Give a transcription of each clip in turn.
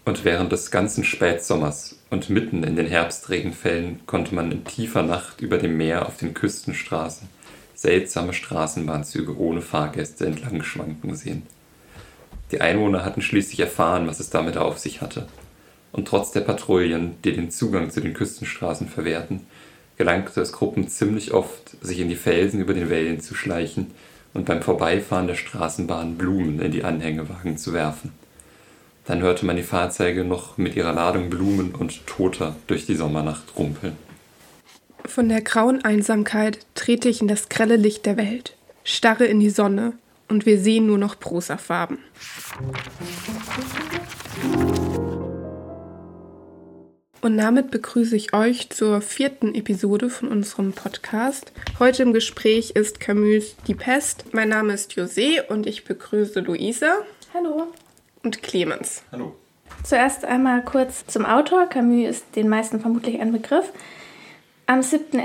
Und während des ganzen Spätsommers und mitten in den Herbstregenfällen konnte man in tiefer Nacht über dem Meer auf den Küstenstraßen seltsame Straßenbahnzüge ohne Fahrgäste entlang schwanken sehen. Die Einwohner hatten schließlich erfahren, was es damit auf sich hatte. Und trotz der Patrouillen, die den Zugang zu den Küstenstraßen verwehrten, gelangte es Gruppen ziemlich oft, sich in die Felsen über den Wällen zu schleichen und beim Vorbeifahren der Straßenbahn Blumen in die Anhängewagen zu werfen. Dann hörte man die Fahrzeuge noch mit ihrer Ladung Blumen und Toter durch die Sommernacht rumpeln. Von der grauen Einsamkeit trete ich in das grelle Licht der Welt, starre in die Sonne und wir sehen nur noch Prosafarben. Und damit begrüße ich euch zur 4. Episode von unserem Podcast. Heute im Gespräch ist Camus' Die Pest. Mein Name ist José und ich begrüße Luisa. Hallo. Und Clemens. Hallo. Zuerst einmal kurz zum Autor. Camus ist den meisten vermutlich ein Begriff. Am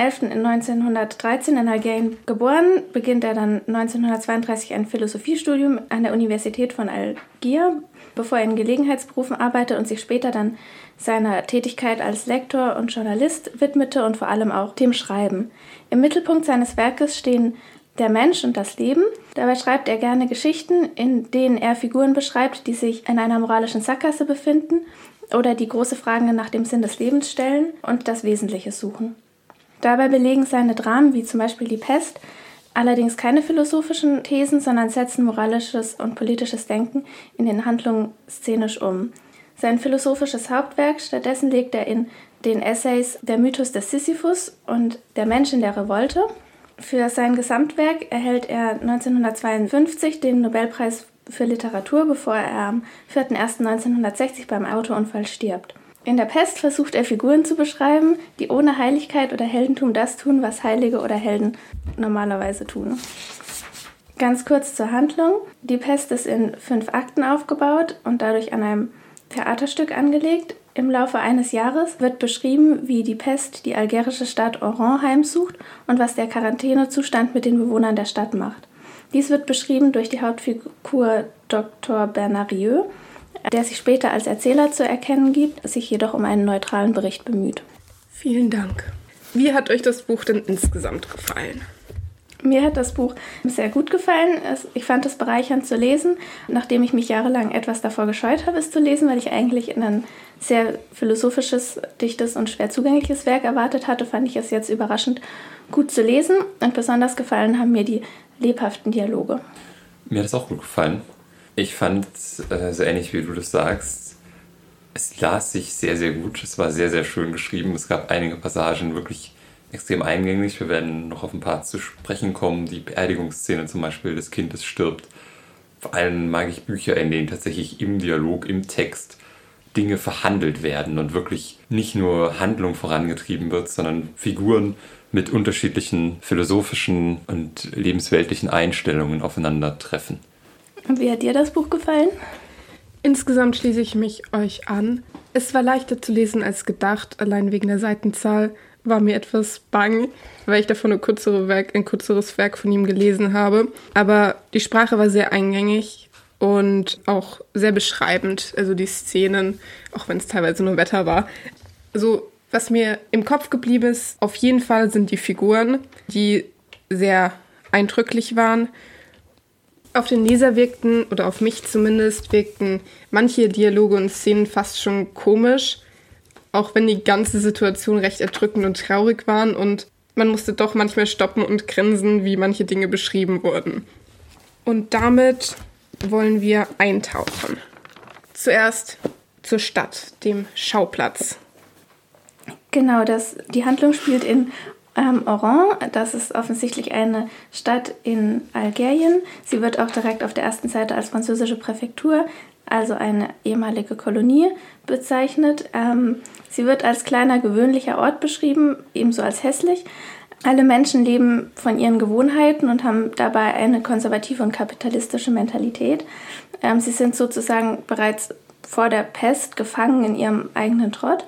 7.11.1913 in Algerien geboren, beginnt er dann 1932 ein Philosophiestudium an der Universität von Algier, bevor er in Gelegenheitsberufen arbeitet und sich später dann seiner Tätigkeit als Lektor und Journalist widmete und vor allem auch dem Schreiben. Im Mittelpunkt seines Werkes stehen der Mensch und das Leben. Dabei schreibt er gerne Geschichten, in denen er Figuren beschreibt, die sich in einer moralischen Sackgasse befinden oder die große Fragen nach dem Sinn des Lebens stellen und das Wesentliche suchen. Dabei belegen seine Dramen, wie zum Beispiel Die Pest, allerdings keine philosophischen Thesen, sondern setzen moralisches und politisches Denken in den Handlungen szenisch um. Sein philosophisches Hauptwerk stattdessen legt er in den Essays Der Mythos des Sisyphus und Der Mensch in der Revolte. Für sein Gesamtwerk erhält er 1952 den Nobelpreis für Literatur, bevor er am 4.1.1960 beim Autounfall stirbt. In Der Pest versucht er Figuren zu beschreiben, die ohne Heiligkeit oder Heldentum das tun, was Heilige oder Helden normalerweise tun. Ganz kurz zur Handlung. Die Pest ist in 5 Akten aufgebaut und dadurch an einem Theaterstück angelegt. Im Laufe eines Jahres wird beschrieben, wie die Pest die algerische Stadt Oran heimsucht und was der Quarantänezustand mit den Bewohnern der Stadt macht. Dies wird beschrieben durch die Hauptfigur Dr. Bernard Rieu, der sich später als Erzähler zu erkennen gibt, sich jedoch um einen neutralen Bericht bemüht. Vielen Dank. Wie hat euch das Buch denn insgesamt gefallen? Mir hat das Buch sehr gut gefallen. Ich fand es bereichernd zu lesen, nachdem ich mich jahrelang etwas davor gescheut habe, es zu lesen, weil ich eigentlich in ein sehr philosophisches, dichtes und schwer zugängliches Werk erwartet hatte, fand ich es jetzt überraschend gut zu lesen. Und besonders gefallen haben mir die lebhaften Dialoge. Mir hat es auch gut gefallen. Ich fand, so ähnlich wie du das sagst, es las sich sehr, sehr gut. Es war sehr, sehr schön geschrieben. Es gab einige Passagen wirklich extrem eingängig. Wir werden noch auf ein paar zu sprechen kommen. Die Beerdigungsszene zum Beispiel des Kindes stirbt. Vor allem mag ich Bücher, in denen tatsächlich im Dialog, im Text Dinge verhandelt werden und wirklich nicht nur Handlung vorangetrieben wird, sondern Figuren mit unterschiedlichen philosophischen und lebensweltlichen Einstellungen aufeinandertreffen. Und wie hat dir das Buch gefallen? Insgesamt schließe ich mich euch an. Es war leichter zu lesen als gedacht, allein wegen der Seitenzahl war mir etwas bang, weil ich davon ein kürzeres Werk von ihm gelesen habe. Aber die Sprache war sehr eingängig und auch sehr beschreibend, also die Szenen, auch wenn es teilweise nur Wetter war. Also was mir im Kopf geblieben ist, auf jeden Fall sind die Figuren, die sehr eindrücklich waren. Auf den Leser wirkten, oder auf mich zumindest, wirkten manche Dialoge und Szenen fast schon komisch, auch wenn die ganze Situation recht erdrückend und traurig waren und man musste doch manchmal stoppen und grinsen, wie manche Dinge beschrieben wurden. Und damit wollen wir eintauchen. Zuerst zur Stadt, dem Schauplatz. Genau, die Handlung spielt in Oran. Das ist offensichtlich eine Stadt in Algerien. Sie wird auch direkt auf der ersten Seite als französische Präfektur, also eine ehemalige Kolonie, bezeichnet. Sie wird als kleiner, gewöhnlicher Ort beschrieben, ebenso als hässlich. Alle Menschen leben von ihren Gewohnheiten und haben dabei eine konservative und kapitalistische Mentalität. Sie sind sozusagen bereits vor der Pest gefangen in ihrem eigenen Trott.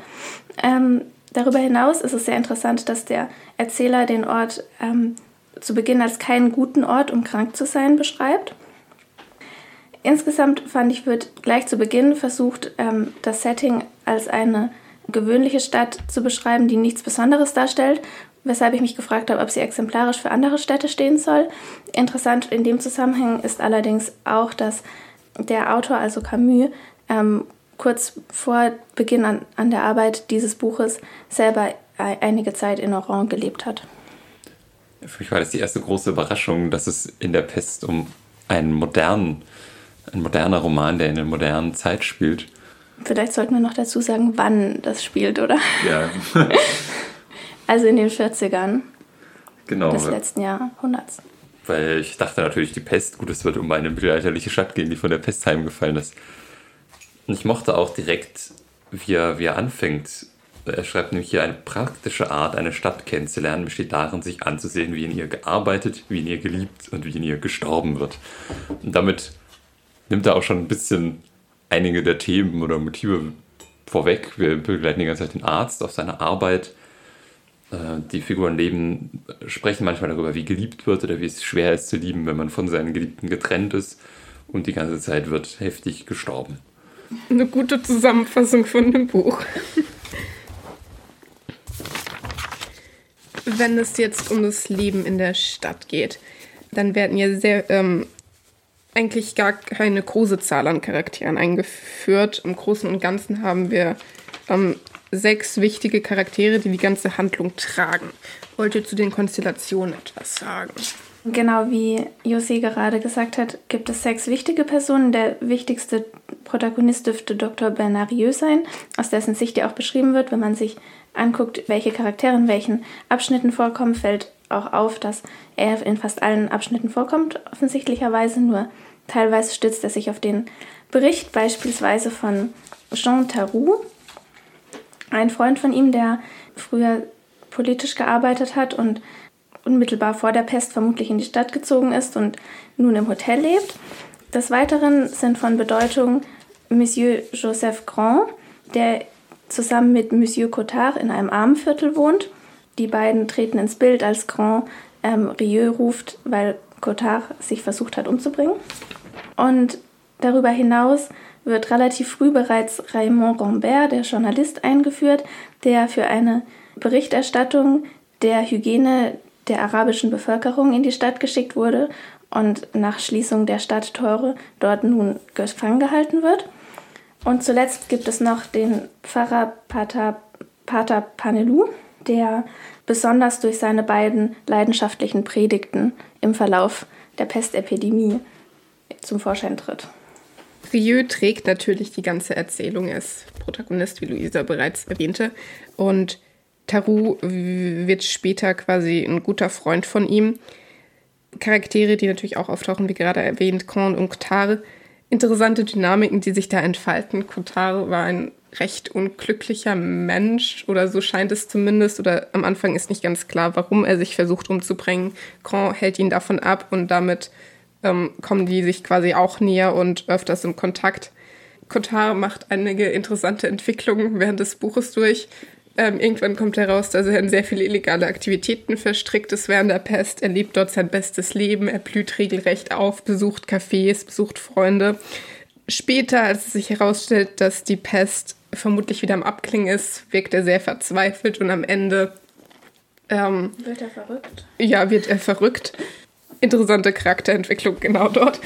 Darüber hinaus ist es sehr interessant, dass der Erzähler den Ort zu Beginn als keinen guten Ort, um krank zu sein, beschreibt. Insgesamt fand ich, wird gleich zu Beginn versucht, das Setting als eine gewöhnliche Stadt zu beschreiben, die nichts Besonderes darstellt, weshalb ich mich gefragt habe, ob sie exemplarisch für andere Städte stehen soll. Interessant in dem Zusammenhang ist allerdings auch, dass der Autor, also Camus, kurz vor Beginn an der Arbeit dieses Buches selber einige Zeit in Oran gelebt hat. Für mich war das die erste große Überraschung, dass es in der Pest um ein moderner Roman, der in einer modernen Zeit spielt. Vielleicht sollten wir noch dazu sagen, wann das spielt, oder? Ja. Also in den 40ern genau, des letzten Jahrhunderts. Weil ich dachte natürlich, die Pest, gut, es wird um eine mittelalterliche Stadt gehen, die von der Pest heimgefallen ist. Und ich mochte auch direkt, wie er anfängt. Er schreibt nämlich hier, eine praktische Art, eine Stadt kennenzulernen, besteht darin, sich anzusehen, wie in ihr gearbeitet, wie in ihr geliebt und wie in ihr gestorben wird. Und damit nimmt er auch schon ein bisschen einige der Themen oder Motive vorweg. Wir begleiten die ganze Zeit den Arzt auf seine Arbeit. Die Figuren sprechen manchmal darüber, wie geliebt wird oder wie es schwer ist zu lieben, wenn man von seinen Geliebten getrennt ist. Und die ganze Zeit wird heftig gestorben. Eine gute Zusammenfassung von dem Buch. Wenn es jetzt um das Leben in der Stadt geht, dann werden ja eigentlich gar keine große Zahl an Charakteren eingeführt. Im Großen und Ganzen haben wir 6 wichtige Charaktere, die die ganze Handlung tragen. Wollt ihr zu den Konstellationen etwas sagen? Genau wie José gerade gesagt hat, gibt es 6 wichtige Personen. Der wichtigste Protagonist dürfte Dr. Bernarieux sein, aus dessen Sicht ja auch beschrieben wird. Wenn man sich anguckt, welche Charaktere in welchen Abschnitten vorkommen, fällt auch auf, dass er in fast allen Abschnitten vorkommt, offensichtlicherweise. Nur teilweise stützt er sich auf den Bericht beispielsweise von Jean Taroux, ein Freund von ihm, der früher politisch gearbeitet hat und unmittelbar vor der Pest vermutlich in die Stadt gezogen ist und nun im Hotel lebt. Des Weiteren sind von Bedeutung Monsieur Joseph Grand, der zusammen mit Monsieur Cottard in einem Armenviertel wohnt. Die beiden treten ins Bild, als Grand Rieux ruft, weil Cottard sich versucht hat umzubringen. Und darüber hinaus wird relativ früh bereits Raymond Rambert, der Journalist, eingeführt, der für eine Berichterstattung der Hygiene der arabischen Bevölkerung in die Stadt geschickt wurde und nach Schließung der Stadttore dort nun gefangen gehalten wird. Und zuletzt gibt es noch den Pfarrer Pater Panelou, der besonders durch seine beiden leidenschaftlichen Predigten im Verlauf der Pestepidemie zum Vorschein tritt. Rieux trägt natürlich die ganze Erzählung, er ist Protagonist, wie Luisa bereits erwähnte. Und Taroux wird später quasi ein guter Freund von ihm. Charaktere, die natürlich auch auftauchen, wie gerade erwähnt, Grand und Cottard. Interessante Dynamiken, die sich da entfalten. Cottard war ein recht unglücklicher Mensch, oder so scheint es zumindest. Oder am Anfang ist nicht ganz klar, warum er sich versucht umzubringen. Grand hält ihn davon ab und damit kommen die sich quasi auch näher und öfters im Kontakt. Cottard macht einige interessante Entwicklungen während des Buches durch. Irgendwann kommt heraus, dass er in sehr viele illegale Aktivitäten verstrickt ist während der Pest. Er lebt dort sein bestes Leben, er blüht regelrecht auf, besucht Cafés, besucht Freunde. Später, als es sich herausstellt, dass die Pest vermutlich wieder am Abklingen ist, wirkt er sehr verzweifelt und am Ende wird er verrückt? Ja, wird er verrückt. Interessante Charakterentwicklung genau dort.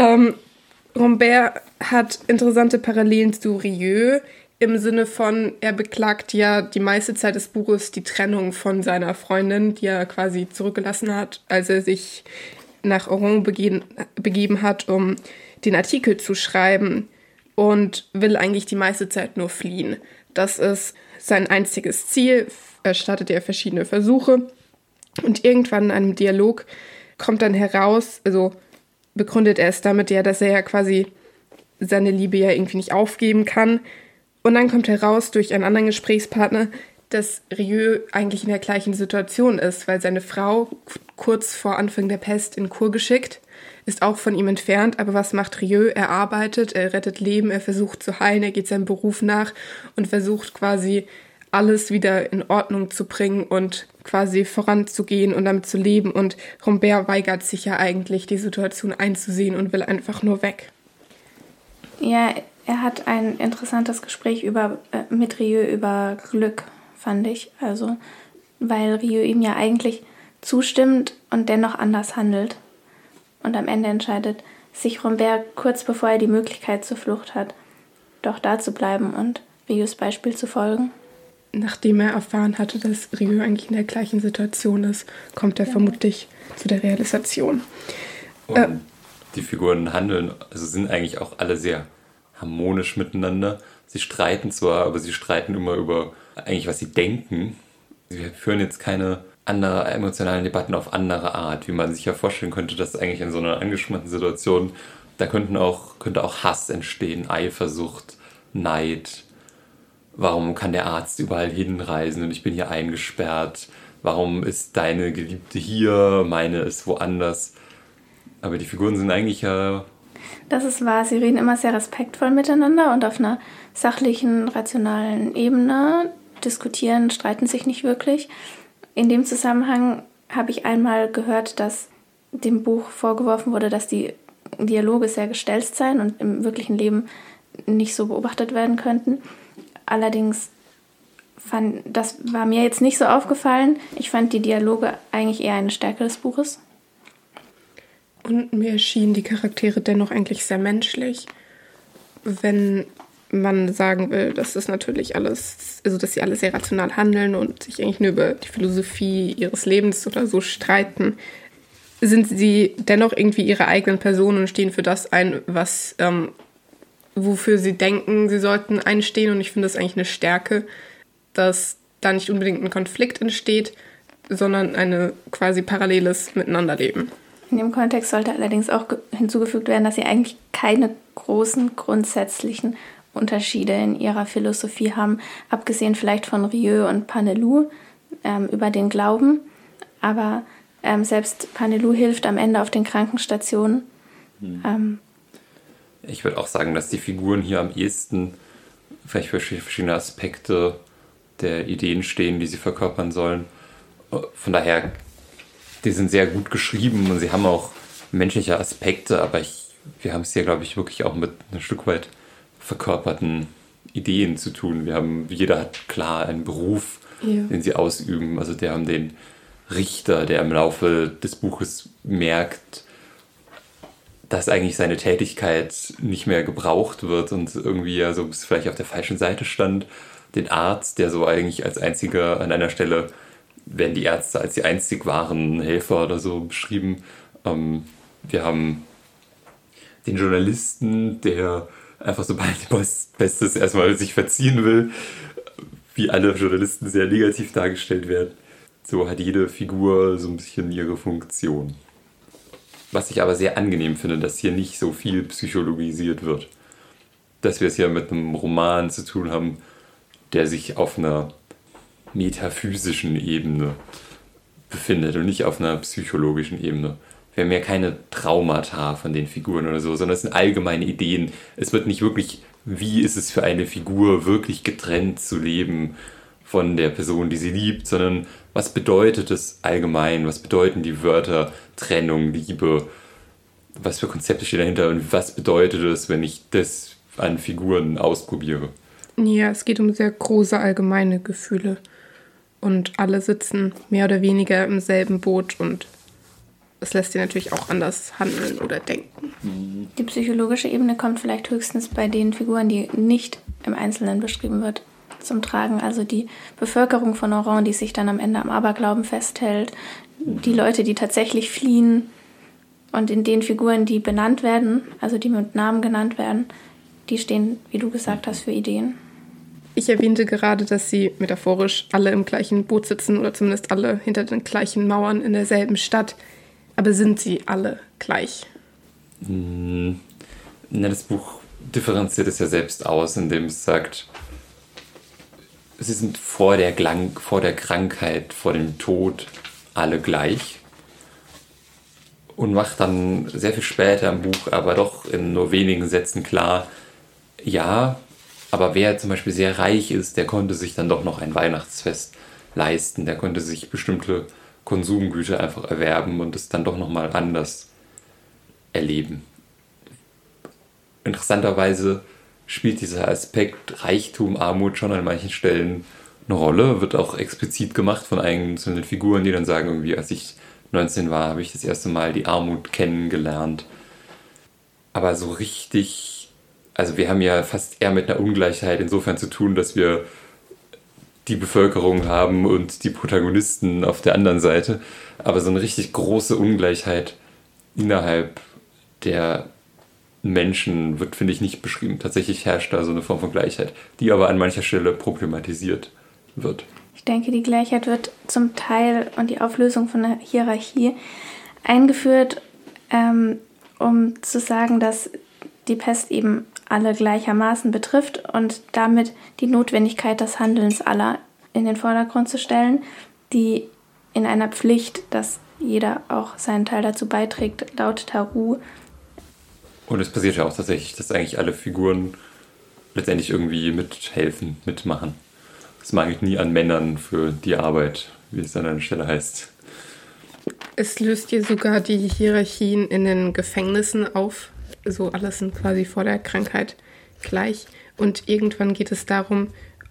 Rambert hat interessante Parallelen zu Rieux im Sinne von, er beklagt ja die meiste Zeit des Buches die Trennung von seiner Freundin, die er quasi zurückgelassen hat, als er sich nach Oran begeben hat, um den Artikel zu schreiben, und will eigentlich die meiste Zeit nur fliehen. Das ist sein einziges Ziel. Er startet ja verschiedene Versuche und irgendwann in einem Dialog kommt dann heraus, also begründet er es damit ja, dass er ja quasi seine Liebe ja irgendwie nicht aufgeben kann. Und dann kommt heraus durch einen anderen Gesprächspartner, dass Rieux eigentlich in der gleichen Situation ist, weil seine Frau kurz vor Anfang der Pest in Kur geschickt, ist auch von ihm entfernt. Aber was macht Rieux? Er arbeitet, er rettet Leben, er versucht zu heilen, er geht seinem Beruf nach und versucht quasi alles wieder in Ordnung zu bringen und quasi voranzugehen und damit zu leben. Und Rambert weigert sich ja eigentlich, die Situation einzusehen und will einfach nur weg. Ja, er hat ein interessantes Gespräch mit Rieu über Glück, fand ich. Also, weil Rieu ihm ja eigentlich zustimmt und dennoch anders handelt. Und am Ende entscheidet sich Rambert, kurz bevor er die Möglichkeit zur Flucht hat, doch da zu bleiben und Rieus Beispiel zu folgen. Nachdem er erfahren hatte, dass Rieu eigentlich in der gleichen Situation ist, kommt er vermutlich zu der Realisation. Und die Figuren sind eigentlich auch alle sehr harmonisch miteinander. Sie streiten zwar, aber sie streiten immer über eigentlich, was sie denken. Sie führen jetzt keine andere emotionalen Debatten auf andere Art, wie man sich ja vorstellen könnte, dass eigentlich in so einer angespannten Situation, da könnte auch Hass entstehen, Eifersucht, Neid. Warum kann der Arzt überall hinreisen und ich bin hier eingesperrt? Warum ist deine Geliebte hier, meine ist woanders? Aber die Figuren sind eigentlich ja... Das ist wahr, sie reden immer sehr respektvoll miteinander und auf einer sachlichen, rationalen Ebene, diskutieren, streiten sich nicht wirklich. In dem Zusammenhang habe ich einmal gehört, dass dem Buch vorgeworfen wurde, dass die Dialoge sehr gestelzt seien und im wirklichen Leben nicht so beobachtet werden könnten. Allerdings das war mir jetzt nicht so aufgefallen. Ich fand die Dialoge eigentlich eher eine Stärke des Buches. Und mir erschienen die Charaktere dennoch eigentlich sehr menschlich. Wenn man sagen will, dass das natürlich alles, also dass sie alle sehr rational handeln und sich eigentlich nur über die Philosophie ihres Lebens oder so streiten, sind sie dennoch irgendwie ihre eigenen Personen und stehen für das ein, was wofür sie denken, sie sollten einstehen. Und ich finde das eigentlich eine Stärke, dass da nicht unbedingt ein Konflikt entsteht, sondern eine quasi paralleles Miteinanderleben. In dem Kontext sollte allerdings auch hinzugefügt werden, dass sie eigentlich keine großen grundsätzlichen Unterschiede in ihrer Philosophie haben, abgesehen vielleicht von Rieu und Panelou über den Glauben. Aber selbst Panelou hilft am Ende auf den Krankenstationen. Ich würde auch sagen, dass die Figuren hier am ehesten vielleicht für verschiedene Aspekte der Ideen stehen, die sie verkörpern sollen. Von daher, die sind sehr gut geschrieben und sie haben auch menschliche Aspekte, aber wir haben es hier, glaube ich, wirklich auch mit ein Stück weit verkörperten Ideen zu tun. Jeder hat klar einen Beruf, den sie ausüben. Also die haben den Richter, der im Laufe des Buches merkt, dass eigentlich seine Tätigkeit nicht mehr gebraucht wird und irgendwie ja so vielleicht auf der falschen Seite stand. Den Arzt, der so eigentlich als einziger an einer Stelle, werden die Ärzte als die einzig wahren Helfer oder so beschrieben. Wir haben den Journalisten, der einfach sobald was Bestes erstmal sich verziehen will, wie alle Journalisten sehr negativ dargestellt werden. So hat jede Figur so ein bisschen ihre Funktion. Was ich aber sehr angenehm finde, dass hier nicht so viel psychologisiert wird. Dass wir es hier mit einem Roman zu tun haben, der sich auf einer metaphysischen Ebene befindet und nicht auf einer psychologischen Ebene. Wir haben ja keine Traumata von den Figuren oder so, sondern es sind allgemeine Ideen. Es wird nicht wirklich, wie ist es für eine Figur, wirklich getrennt zu leben von der Person, die sie liebt, sondern was bedeutet es allgemein? Was bedeuten die Wörter Trennung, Liebe? Was für Konzepte stehen dahinter und was bedeutet es, wenn ich das an Figuren ausprobiere? Ja, es geht um sehr große allgemeine Gefühle. Und alle sitzen mehr oder weniger im selben Boot und es lässt sie natürlich auch anders handeln oder denken. Die psychologische Ebene kommt vielleicht höchstens bei den Figuren, die nicht im Einzelnen beschrieben wird, zum Tragen. Also die Bevölkerung von Oran, die sich dann am Ende am Aberglauben festhält, die Leute, die tatsächlich fliehen und in den Figuren, die benannt werden, also die mit Namen genannt werden, die stehen, wie du gesagt hast, für Ideen. Ich erwähnte gerade, dass sie metaphorisch alle im gleichen Boot sitzen oder zumindest alle hinter den gleichen Mauern in derselben Stadt. Aber sind sie alle gleich? Das Buch differenziert es ja selbst aus, indem es sagt, sie sind vor der Krankheit, vor dem Tod alle gleich. Und macht dann sehr viel später im Buch aber doch in nur wenigen Sätzen klar, ja, aber wer zum Beispiel sehr reich ist, der konnte sich dann doch noch ein Weihnachtsfest leisten, der konnte sich bestimmte Konsumgüter einfach erwerben und es dann doch nochmal anders erleben. interessanterweise spielt dieser Aspekt Reichtum, Armut schon an manchen Stellen eine Rolle, wird auch explizit gemacht von einzelnen Figuren, die dann sagen, irgendwie, als ich 19 war, habe ich das erste Mal die Armut kennengelernt. Aber so richtig, also wir haben ja fast eher mit einer Ungleichheit insofern zu tun, dass wir die Bevölkerung haben und die Protagonisten auf der anderen Seite. Aber so eine richtig große Ungleichheit innerhalb der Menschen wird, finde ich, nicht beschrieben. Tatsächlich herrscht da so eine Form von Gleichheit, die aber an mancher Stelle problematisiert wird. Ich denke, die Gleichheit wird zum Teil und die Auflösung von der Hierarchie eingeführt, um zu sagen, dass die Pest eben alle gleichermaßen betrifft und damit die Notwendigkeit des Handelns aller in den Vordergrund zu stellen, die in einer Pflicht, dass jeder auch seinen Teil dazu beiträgt, laut Taru. Und es passiert ja auch tatsächlich, dass eigentlich alle Figuren letztendlich irgendwie mithelfen, mitmachen. Es mangelt nie an Männern für die Arbeit, wie es an einer Stelle heißt. Es löst hier sogar die Hierarchien in den Gefängnissen auf. So alles sind quasi vor der Krankheit gleich. Und irgendwann geht es darum,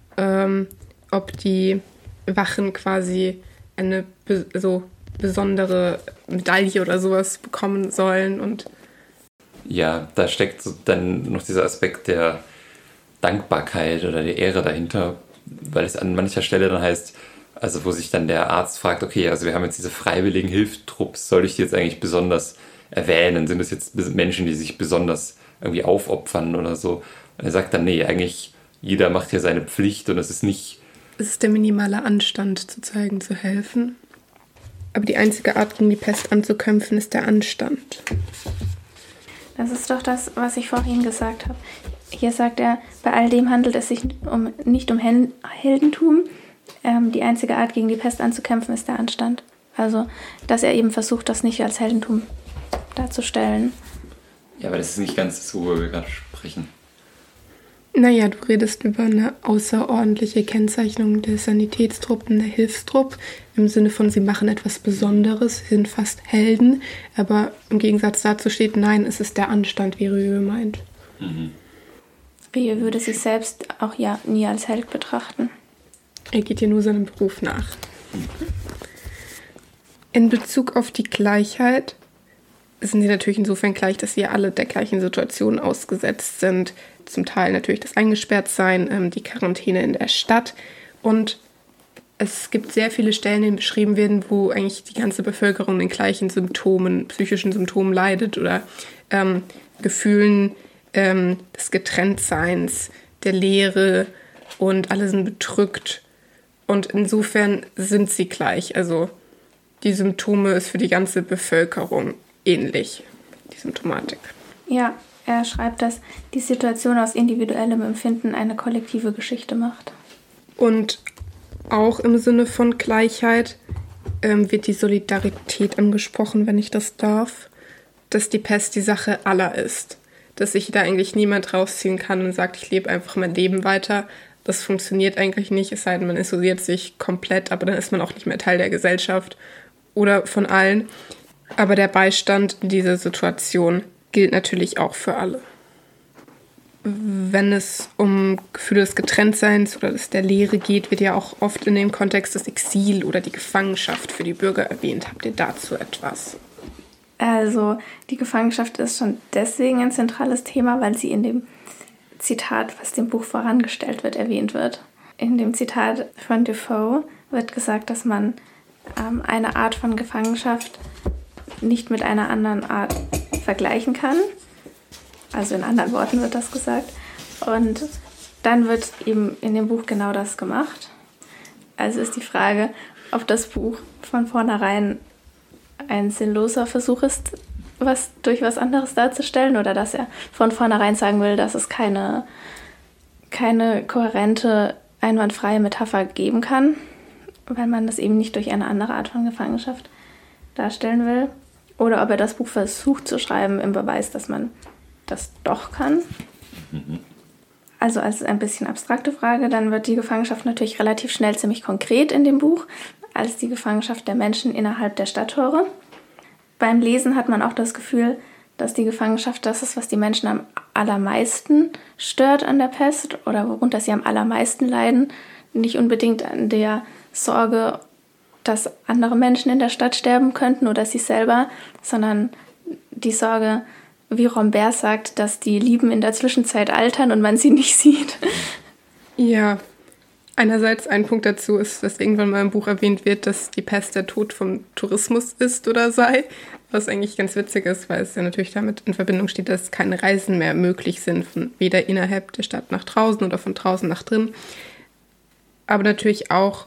ob die Wachen quasi eine so besondere Medaille oder sowas bekommen sollen. Und ja, da steckt so dann noch dieser Aspekt der Dankbarkeit oder der Ehre dahinter, weil es an mancher Stelle dann heißt, also wo sich dann der Arzt fragt, okay, also wir haben jetzt diese freiwilligen Hilfstrupps, soll ich die jetzt eigentlich besonders erwähnen? Sind es jetzt Menschen, die sich besonders irgendwie aufopfern oder so? Und er sagt dann, nee, eigentlich jeder macht hier seine Pflicht und es ist nicht... Es ist der minimale Anstand, zu zeigen, zu helfen. Aber die einzige Art, gegen die Pest anzukämpfen, ist der Anstand. Das ist doch das, was ich vorhin gesagt habe. Hier sagt er, bei all dem handelt es sich nicht um Heldentum. Die einzige Art, gegen die Pest anzukämpfen, ist der Anstand. Also, dass er eben versucht, das nicht als Heldentum darzustellen. Ja, aber das ist nicht ganz so, worüber wir gerade sprechen. Naja, du redest über eine außerordentliche Kennzeichnung der Sanitätstruppen, der Hilfstrupp, im Sinne von, sie machen etwas Besonderes, sind fast Helden, aber im Gegensatz dazu steht, nein, es ist der Anstand, wie Rieu meint. Mhm. Rieu würde sich selbst auch ja nie als Held betrachten. Er geht hier nur seinem Beruf nach. In Bezug auf die Gleichheit sind sie natürlich insofern gleich, dass sie alle der gleichen Situation ausgesetzt sind. Zum Teil natürlich das Eingesperrtsein, die Quarantäne in der Stadt. Und es gibt sehr viele Stellen, in denen beschrieben werden, wo eigentlich die ganze Bevölkerung den gleichen Symptomen, psychischen Symptomen leidet oder Gefühlen des Getrenntseins, der Leere und alle sind bedrückt. Und insofern sind sie gleich. Also die Symptome ist für die ganze Bevölkerung ähnlich, die Symptomatik. Ja, er schreibt, dass die Situation aus individuellem Empfinden eine kollektive Geschichte macht. Und auch im Sinne von Gleichheit wird die Solidarität angesprochen, wenn ich das darf, dass die Pest die Sache aller ist. Dass sich da eigentlich niemand rausziehen kann und sagt, ich lebe einfach mein Leben weiter. Das funktioniert eigentlich nicht, es sei denn, man isoliert sich komplett, aber dann ist man auch nicht mehr Teil der Gesellschaft oder von allen. Aber der Beistand in dieser Situation gilt natürlich auch für alle. Wenn es um Gefühle des Getrenntseins oder der Leere geht, wird ja auch oft in dem Kontext das Exil oder die Gefangenschaft für die Bürger erwähnt. Habt ihr dazu etwas? Also die Gefangenschaft ist schon deswegen ein zentrales Thema, weil sie in dem Zitat, was dem Buch vorangestellt wird, erwähnt wird. In dem Zitat von Defoe wird gesagt, dass man eine Art von Gefangenschaft nicht mit einer anderen Art vergleichen kann. Also in anderen Worten wird das gesagt. Und dann wird eben in dem Buch genau das gemacht. Also ist die Frage, ob das Buch von vornherein ein sinnloser Versuch ist, was durch was anderes darzustellen, oder dass er von vornherein sagen will, dass es keine kohärente, einwandfreie Metapher geben kann, weil man das eben nicht durch eine andere Art von Gefangenschaft darstellen will. Oder ob er das Buch versucht zu schreiben im Beweis, dass man das doch kann. Mhm. Also als ein bisschen abstrakte Frage, dann wird die Gefangenschaft natürlich relativ schnell ziemlich konkret in dem Buch, als die Gefangenschaft der Menschen innerhalb der Stadttore. Beim Lesen hat man auch das Gefühl, dass die Gefangenschaft das ist, was die Menschen am allermeisten stört an der Pest oder worunter sie am allermeisten leiden. Nicht unbedingt an der Sorge, dass andere Menschen in der Stadt sterben könnten oder sie selber, sondern die Sorge, wie Rambert sagt, dass die Lieben in der Zwischenzeit altern und man sie nicht sieht. Ja, einerseits ein Punkt dazu ist, dass irgendwann mal im Buch erwähnt wird, dass die Pest der Tod vom Tourismus ist oder sei, was eigentlich ganz witzig ist, weil es ja natürlich damit in Verbindung steht, dass keine Reisen mehr möglich sind, von weder innerhalb der Stadt nach draußen oder von draußen nach drin. Aber natürlich auch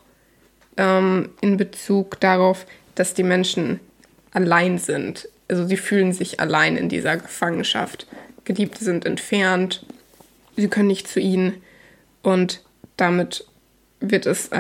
in Bezug darauf, dass die Menschen allein sind. Also sie fühlen sich allein in dieser Gefangenschaft. Geliebte sind entfernt, sie können nicht zu ihnen und damit wird es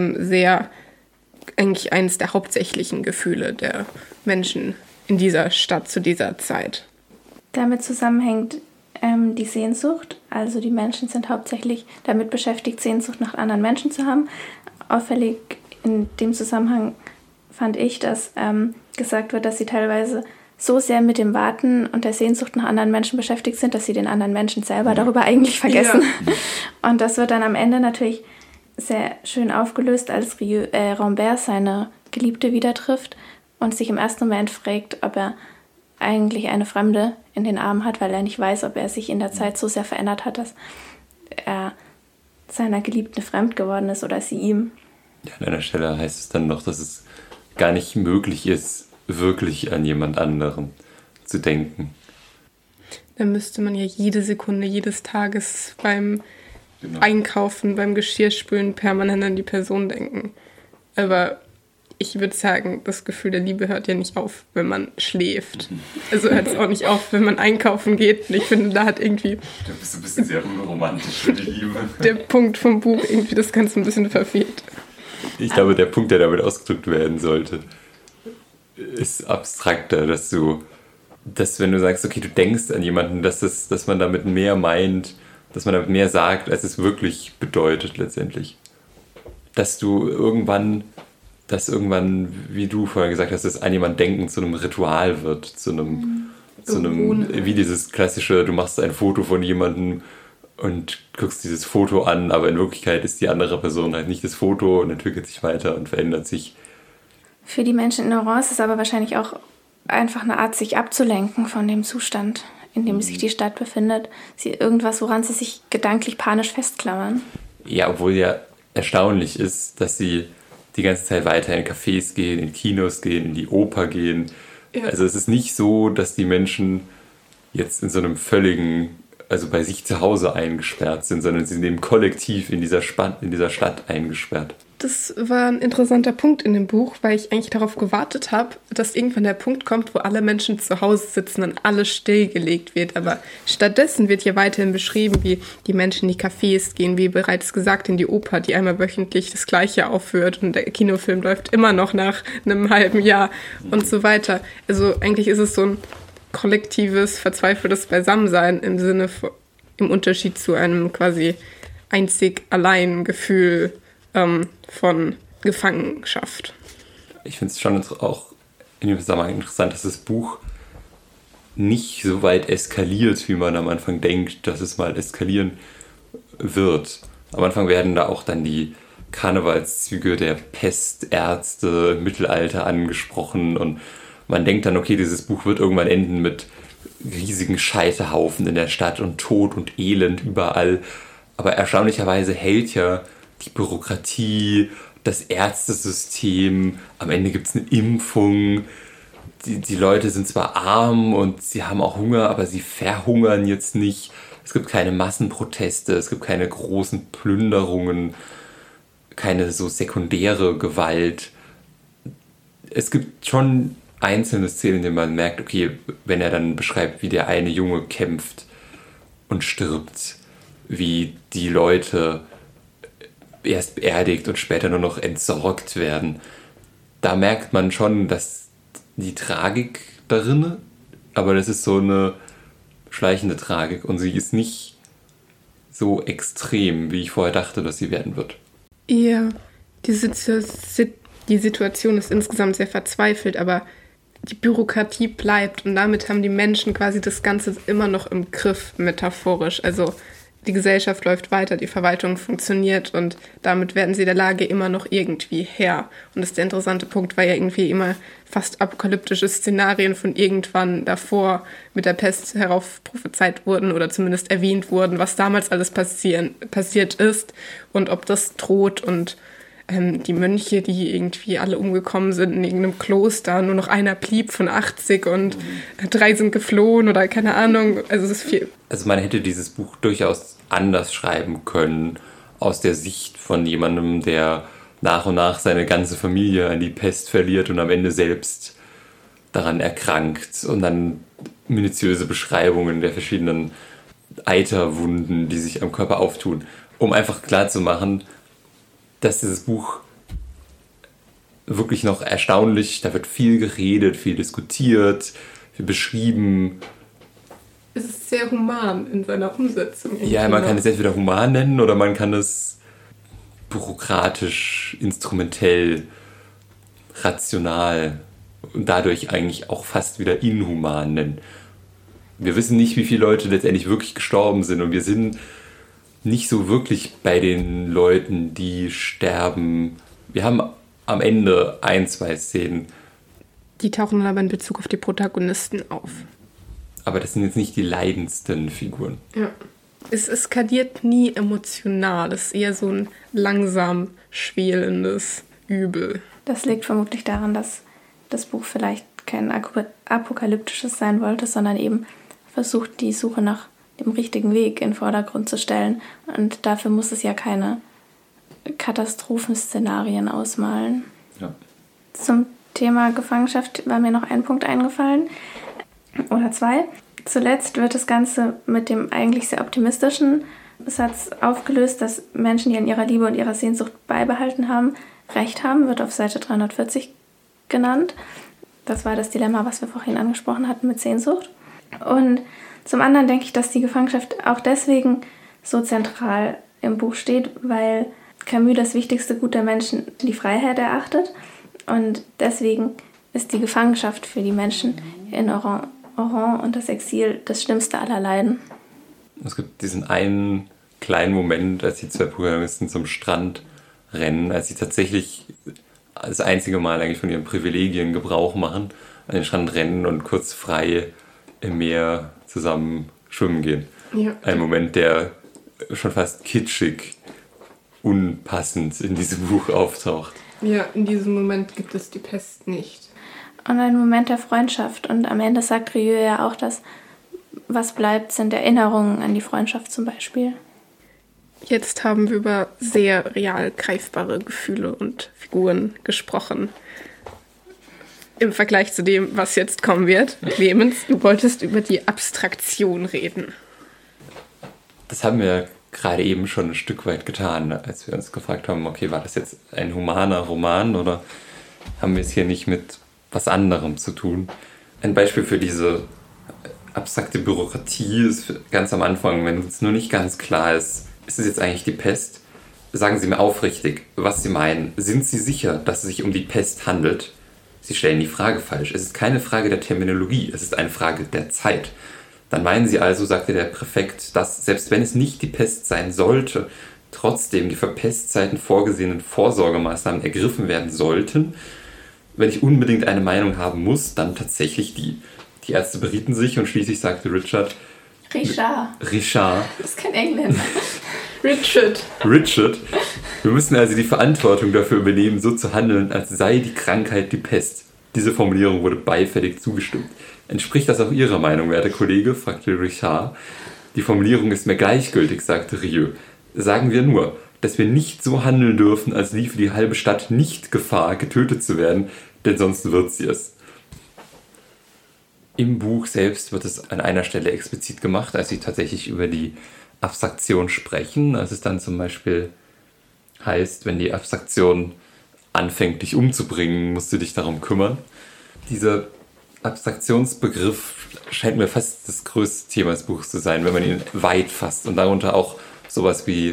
eigentlich eines der hauptsächlichen Gefühle der Menschen in dieser Stadt zu dieser Zeit. Damit zusammenhängt die Sehnsucht. Also die Menschen sind hauptsächlich damit beschäftigt, Sehnsucht nach anderen Menschen zu haben. Auffällig in dem Zusammenhang fand ich, dass gesagt wird, dass sie teilweise so sehr mit dem Warten und der Sehnsucht nach anderen Menschen beschäftigt sind, dass sie den anderen Menschen selber darüber eigentlich vergessen. Ja. Und das wird dann am Ende natürlich sehr schön aufgelöst, als Rambert seine Geliebte wieder trifft und sich im ersten Moment fragt, ob er eigentlich eine Fremde in den Armen hat, weil er nicht weiß, ob er sich in der Zeit so sehr verändert hat, dass er seiner Geliebten fremd geworden ist oder sie ihm. Ja, an einer Stelle heißt es dann noch, dass es gar nicht möglich ist, wirklich an jemand anderen zu denken. Dann müsste man ja jede Sekunde jedes Tages beim Einkaufen, beim Geschirrspülen permanent an die Person denken. Aber ich würde sagen, das Gefühl der Liebe hört ja nicht auf, wenn man schläft. Also hört es auch nicht auf, wenn man einkaufen geht. Und ich finde, da hat irgendwie... Da bist du ein bisschen sehr unromantisch für die Liebe. Der Punkt vom Buch irgendwie das Ganze ein bisschen verfehlt. Ich glaube, der Punkt, der damit ausgedrückt werden sollte, ist abstrakter, dass wenn du sagst, okay, du denkst an jemanden, dass man damit mehr meint, dass man damit mehr sagt, als es wirklich bedeutet letztendlich. Dass irgendwann, wie du vorher gesagt hast, dass an jemand denken zu einem Ritual wird, zu einem wie dieses klassische, du machst ein Foto von jemandem und guckst dieses Foto an, aber in Wirklichkeit ist die andere Person halt nicht das Foto und entwickelt sich weiter und verändert sich. Für die Menschen in Oran ist es aber wahrscheinlich auch einfach eine Art, sich abzulenken von dem Zustand, in dem sich die Stadt befindet. Irgendwas, woran sie sich gedanklich panisch festklammern. Ja, obwohl ja erstaunlich ist, dass sie die ganze Zeit weiter in Cafés gehen, in Kinos gehen, in die Oper gehen. Ja. Also es ist nicht so, dass die Menschen jetzt in so einem völligen, also bei sich zu Hause eingesperrt sind, sondern sie sind eben kollektiv in dieser Stadt eingesperrt. Das war ein interessanter Punkt in dem Buch, weil ich eigentlich darauf gewartet habe, dass irgendwann der Punkt kommt, wo alle Menschen zu Hause sitzen und alles stillgelegt wird. Aber stattdessen wird hier weiterhin beschrieben, wie die Menschen in die Cafés gehen, wie bereits gesagt in die Oper, die einmal wöchentlich das Gleiche aufführt und der Kinofilm läuft immer noch nach einem halben Jahr und so weiter. Also eigentlich ist es so ein kollektives, verzweifeltes Beisammensein im Unterschied zu einem quasi einzig allein Gefühl von Gefangenschaft. Ich finde es schon auch in dem Zusammenhang interessant, dass das Buch nicht so weit eskaliert, wie man am Anfang denkt, dass es mal eskalieren wird. Am Anfang werden da auch dann die Karnevalszüge der Pestärzte im Mittelalter angesprochen und man denkt dann, okay, dieses Buch wird irgendwann enden mit riesigen Scheiterhaufen in der Stadt und Tod und Elend überall. Aber erstaunlicherweise hält ja die Bürokratie, das Ärztesystem, am Ende gibt es eine Impfung, die Leute sind zwar arm und sie haben auch Hunger, aber sie verhungern jetzt nicht. Es gibt keine Massenproteste, es gibt keine großen Plünderungen, keine so sekundäre Gewalt. Es gibt schon einzelne Szenen, in denen man merkt, okay, wenn er dann beschreibt, wie der eine Junge kämpft und stirbt, wie die Leute erst beerdigt und später nur noch entsorgt werden. Da merkt man schon, dass die Tragik darin, aber das ist so eine schleichende Tragik und sie ist nicht so extrem, wie ich vorher dachte, dass sie werden wird. Ja, die Situation ist insgesamt sehr verzweifelt, aber die Bürokratie bleibt und damit haben die Menschen quasi das Ganze immer noch im Griff, metaphorisch. Also die Gesellschaft läuft weiter, die Verwaltung funktioniert und damit werden sie der Lage immer noch irgendwie Herr. Und das ist der interessante Punkt, weil ja irgendwie immer fast apokalyptische Szenarien von irgendwann davor mit der Pest heraufprophezeit wurden oder zumindest erwähnt wurden, was damals alles passiert ist und ob das droht und die Mönche, die irgendwie alle umgekommen sind in irgendeinem Kloster, nur noch einer blieb von 80 und 3 sind geflohen oder keine Ahnung. Also es ist viel. Also man hätte dieses Buch durchaus anders schreiben können, aus der Sicht von jemandem, der nach und nach seine ganze Familie an die Pest verliert und am Ende selbst daran erkrankt und dann minutiöse Beschreibungen der verschiedenen Eiterwunden, die sich am Körper auftun, um einfach klarzumachen, dass dieses Buch wirklich noch erstaunlich, da wird viel geredet, viel diskutiert, viel beschrieben. Es ist sehr human in seiner Umsetzung. Ja, man kann es entweder human nennen oder man kann es bürokratisch, instrumentell, rational und dadurch eigentlich auch fast wieder inhuman nennen. Wir wissen nicht, wie viele Leute letztendlich wirklich gestorben sind und wir sind nicht so wirklich bei den Leuten, die sterben. Wir haben am Ende 1, 2 Szenen. Die tauchen dann aber in Bezug auf die Protagonisten auf. Aber das sind jetzt nicht die leidendsten Figuren. Ja. Es eskaliert nie emotional. Es ist eher so ein langsam schwelendes Übel. Das liegt vermutlich daran, dass das Buch vielleicht kein apokalyptisches sein wollte, sondern eben versucht, die Suche nach dem richtigen Weg in den Vordergrund zu stellen. Und dafür muss es ja keine Katastrophenszenarien ausmalen. Ja. Zum Thema Gefangenschaft war mir noch ein Punkt eingefallen. Oder 2. Zuletzt wird das Ganze mit dem eigentlich sehr optimistischen Satz aufgelöst, dass Menschen, die an ihrer Liebe und ihrer Sehnsucht beibehalten haben, Recht haben, wird auf Seite 340 genannt. Das war das Dilemma, was wir vorhin angesprochen hatten mit Sehnsucht. Und zum anderen denke ich, dass die Gefangenschaft auch deswegen so zentral im Buch steht, weil Camus das wichtigste Gut der Menschen die Freiheit erachtet. Und deswegen ist die Gefangenschaft für die Menschen in Oran und das Exil das schlimmste aller Leiden. Es gibt diesen einen kleinen Moment, als die 2 Protagonisten zum Strand rennen, als sie tatsächlich das einzige Mal eigentlich von ihren Privilegien Gebrauch machen, an den Strand rennen und kurz frei im Meer zusammen schwimmen gehen. Ja. Ein Moment, der schon fast kitschig, unpassend in diesem Buch auftaucht. Ja, in diesem Moment gibt es die Pest nicht. Und ein Moment der Freundschaft. Und am Ende sagt Rieu ja auch, dass was bleibt, sind Erinnerungen an die Freundschaft zum Beispiel. Jetzt haben wir über sehr real greifbare Gefühle und Figuren gesprochen. Im Vergleich zu dem, was jetzt kommen wird. Clemens, du wolltest über die Abstraktion reden. Das haben wir gerade eben schon ein Stück weit getan, als wir uns gefragt haben, okay, war das jetzt ein humaner Roman oder haben wir es hier nicht mit was anderem zu tun? Ein Beispiel für diese abstrakte Bürokratie ist ganz am Anfang, wenn es nur nicht ganz klar ist, ist es jetzt eigentlich die Pest? Sagen Sie mir aufrichtig, was Sie meinen. Sind Sie sicher, dass es sich um die Pest handelt? Sie stellen die Frage falsch. Es ist keine Frage der Terminologie, es ist eine Frage der Zeit. Dann meinen Sie also, sagte der Präfekt, dass, selbst wenn es nicht die Pest sein sollte, trotzdem die für Pestzeiten vorgesehenen Vorsorgemaßnahmen ergriffen werden sollten? Wenn ich unbedingt eine Meinung haben muss, dann tatsächlich die. Die Ärzte berieten sich und schließlich sagte Richard. Richard. Das ist kein Engländer. Richard. Wir müssen also die Verantwortung dafür übernehmen, so zu handeln, als sei die Krankheit die Pest. Diese Formulierung wurde beifällig zugestimmt. Entspricht das auch Ihrer Meinung, werter Kollege? Fragte Richard. Die Formulierung ist mir gleichgültig, sagte Rieu. Sagen wir nur, dass wir nicht so handeln dürfen, als liefe die halbe Stadt nicht Gefahr, getötet zu werden, denn sonst wird sie es. Im Buch selbst wird es an einer Stelle explizit gemacht, als sie tatsächlich über die Abstraktion sprechen, als es dann zum Beispiel heißt, wenn die Abstraktion anfängt, dich umzubringen, musst du dich darum kümmern. Dieser Abstraktionsbegriff scheint mir fast das größte Thema des Buches zu sein, wenn man ihn weit fasst und darunter auch sowas wie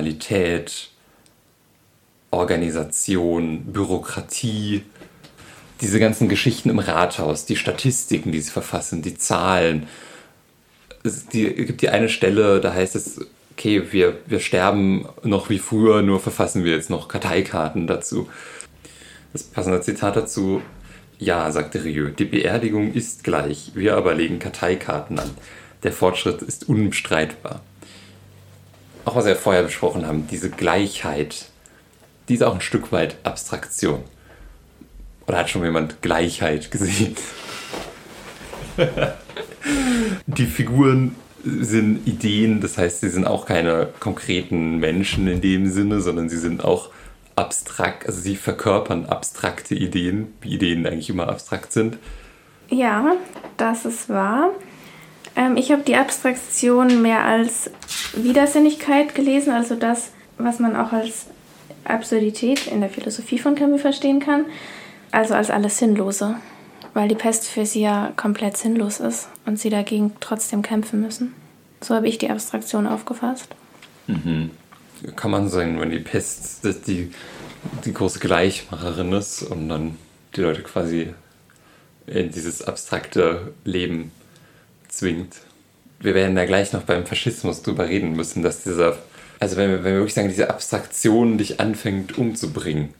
Rationalität, Organisation, Bürokratie. diese ganzen Geschichten im Rathaus, die Statistiken, die sie verfassen, die Zahlen. Es gibt die eine Stelle, da heißt es, okay, wir sterben noch wie früher, nur verfassen wir jetzt noch Karteikarten dazu. Das passende Zitat dazu: Ja, sagte Rieu, die Beerdigung ist gleich, wir aber legen Karteikarten an. Der Fortschritt ist unbestreitbar. Auch was wir vorher besprochen haben, diese Gleichheit, die ist auch ein Stück weit Abstraktion. Oder hat schon jemand Gleichheit gesehen? Die Figuren sind Ideen, das heißt, sie sind auch keine konkreten Menschen in dem Sinne, sondern sie sind auch abstrakt, also sie verkörpern abstrakte Ideen, wie Ideen eigentlich immer abstrakt sind. Ja, das ist wahr. Ich habe die Abstraktion mehr als Widersinnigkeit gelesen, also das, was man auch als Absurdität in der Philosophie von Camus verstehen kann, also als alles Sinnlose, weil die Pest für sie ja komplett sinnlos ist und sie dagegen trotzdem kämpfen müssen. So habe ich die Abstraktion aufgefasst. Mhm. Kann man sagen, wenn die Pest die große Gleichmacherin ist und dann die Leute quasi in dieses abstrakte Leben zwingt. Wir werden da gleich noch beim Faschismus drüber reden müssen, dass also wenn wir wirklich sagen, diese Abstraktion dich anfängt umzubringen,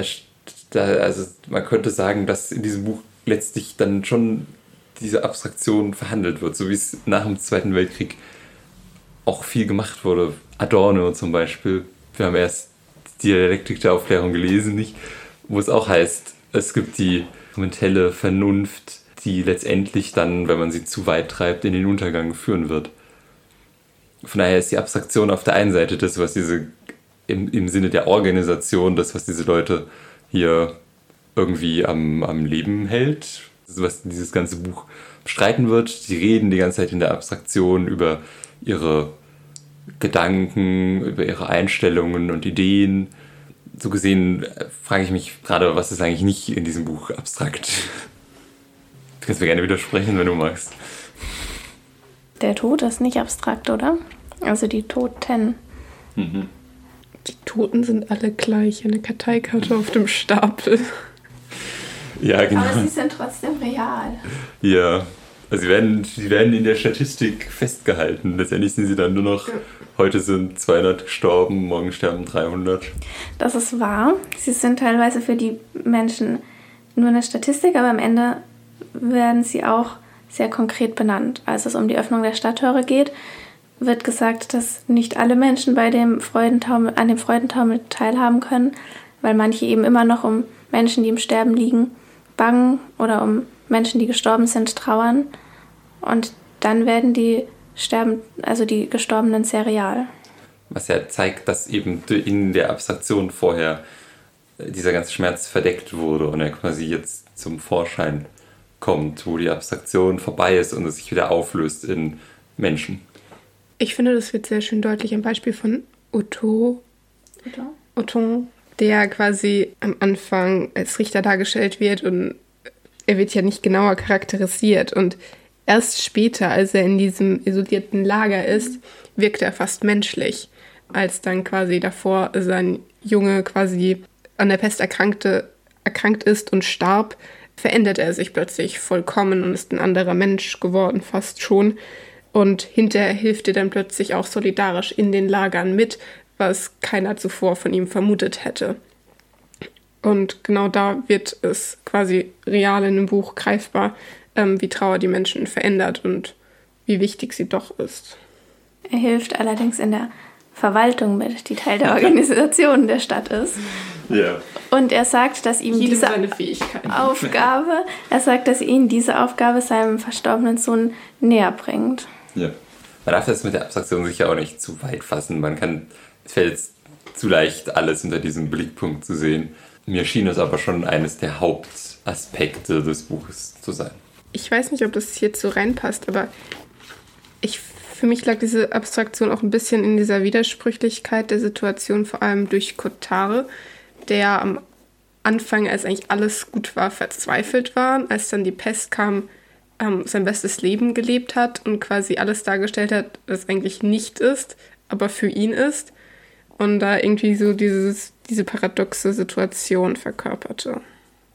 also man könnte sagen, dass in diesem Buch letztlich dann schon diese Abstraktion verhandelt wird, so wie es nach dem Zweiten Weltkrieg auch viel gemacht wurde. Adorno zum Beispiel, wir haben erst die Dialektik der Aufklärung gelesen, nicht? Wo es auch heißt, es gibt die experimentelle Vernunft, die letztendlich dann, wenn man sie zu weit treibt, in den Untergang führen wird. Von daher ist die Abstraktion auf der einen Seite das, was im Sinne der Organisation, das, was diese Leute hier irgendwie am Leben hält, was dieses ganze Buch bestreiten wird. Die reden die ganze Zeit in der Abstraktion über ihre Gedanken, über ihre Einstellungen und Ideen. So gesehen frage ich mich gerade, was ist eigentlich nicht in diesem Buch abstrakt? Du kannst mir gerne widersprechen, wenn du magst. Der Tod ist nicht abstrakt, oder? Also die Toten. Mhm. Die Toten sind alle gleich, eine Karteikarte auf dem Stapel. Ja, genau. Aber sie sind trotzdem real. Ja, also sie werden in der Statistik festgehalten. Letztendlich sind sie dann nur noch, heute sind 200 gestorben, morgen sterben 300. Das ist wahr. Sie sind teilweise für die Menschen nur eine Statistik, aber am Ende werden sie auch sehr konkret benannt. Als es um die Öffnung der Stadttore geht, wird gesagt, dass nicht alle Menschen an dem Freudentaumel teilhaben können, weil manche eben immer noch um Menschen, die im Sterben liegen, bangen oder um Menschen, die gestorben sind, trauern. Und dann werden die Gestorbenen sehr real. Was ja zeigt, dass eben in der Abstraktion vorher dieser ganze Schmerz verdeckt wurde und er quasi jetzt zum Vorschein kommt, wo die Abstraktion vorbei ist und es sich wieder auflöst in Menschen. Ich finde, das wird sehr schön deutlich am Beispiel von Otto, der quasi am Anfang als Richter dargestellt wird und er wird ja nicht genauer charakterisiert und erst später, als er in diesem isolierten Lager ist, wirkt er fast menschlich, als dann quasi davor sein Junge quasi an der Pest erkrankt ist und starb, verändert er sich plötzlich vollkommen und ist ein anderer Mensch geworden, fast schon. Und hinterher hilft er dann plötzlich auch solidarisch in den Lagern mit, was keiner zuvor von ihm vermutet hätte. Und genau da wird es quasi real in dem Buch greifbar, wie Trauer die Menschen verändert und wie wichtig sie doch ist. Er hilft allerdings in der Verwaltung mit, die Teil der Organisation der Stadt ist. Ja. Und er sagt, dass ihm diese Aufgabe seinem verstorbenen Sohn näher bringt. Ja. Man darf das mit der Abstraktion sicher auch nicht zu weit fassen. Es fällt zu leicht, alles unter diesem Blickpunkt zu sehen. Mir schien es aber schon eines der Hauptaspekte des Buches zu sein. Ich weiß nicht, ob das hierzu reinpasst, aber für mich lag diese Abstraktion auch ein bisschen in dieser Widersprüchlichkeit der Situation, vor allem durch Cottard, der am Anfang, als eigentlich alles gut war, verzweifelt war, als dann die Pest kam, sein bestes Leben gelebt hat und quasi alles dargestellt hat, was eigentlich nicht ist, aber für ihn ist. Und da irgendwie so diese paradoxe Situation verkörperte.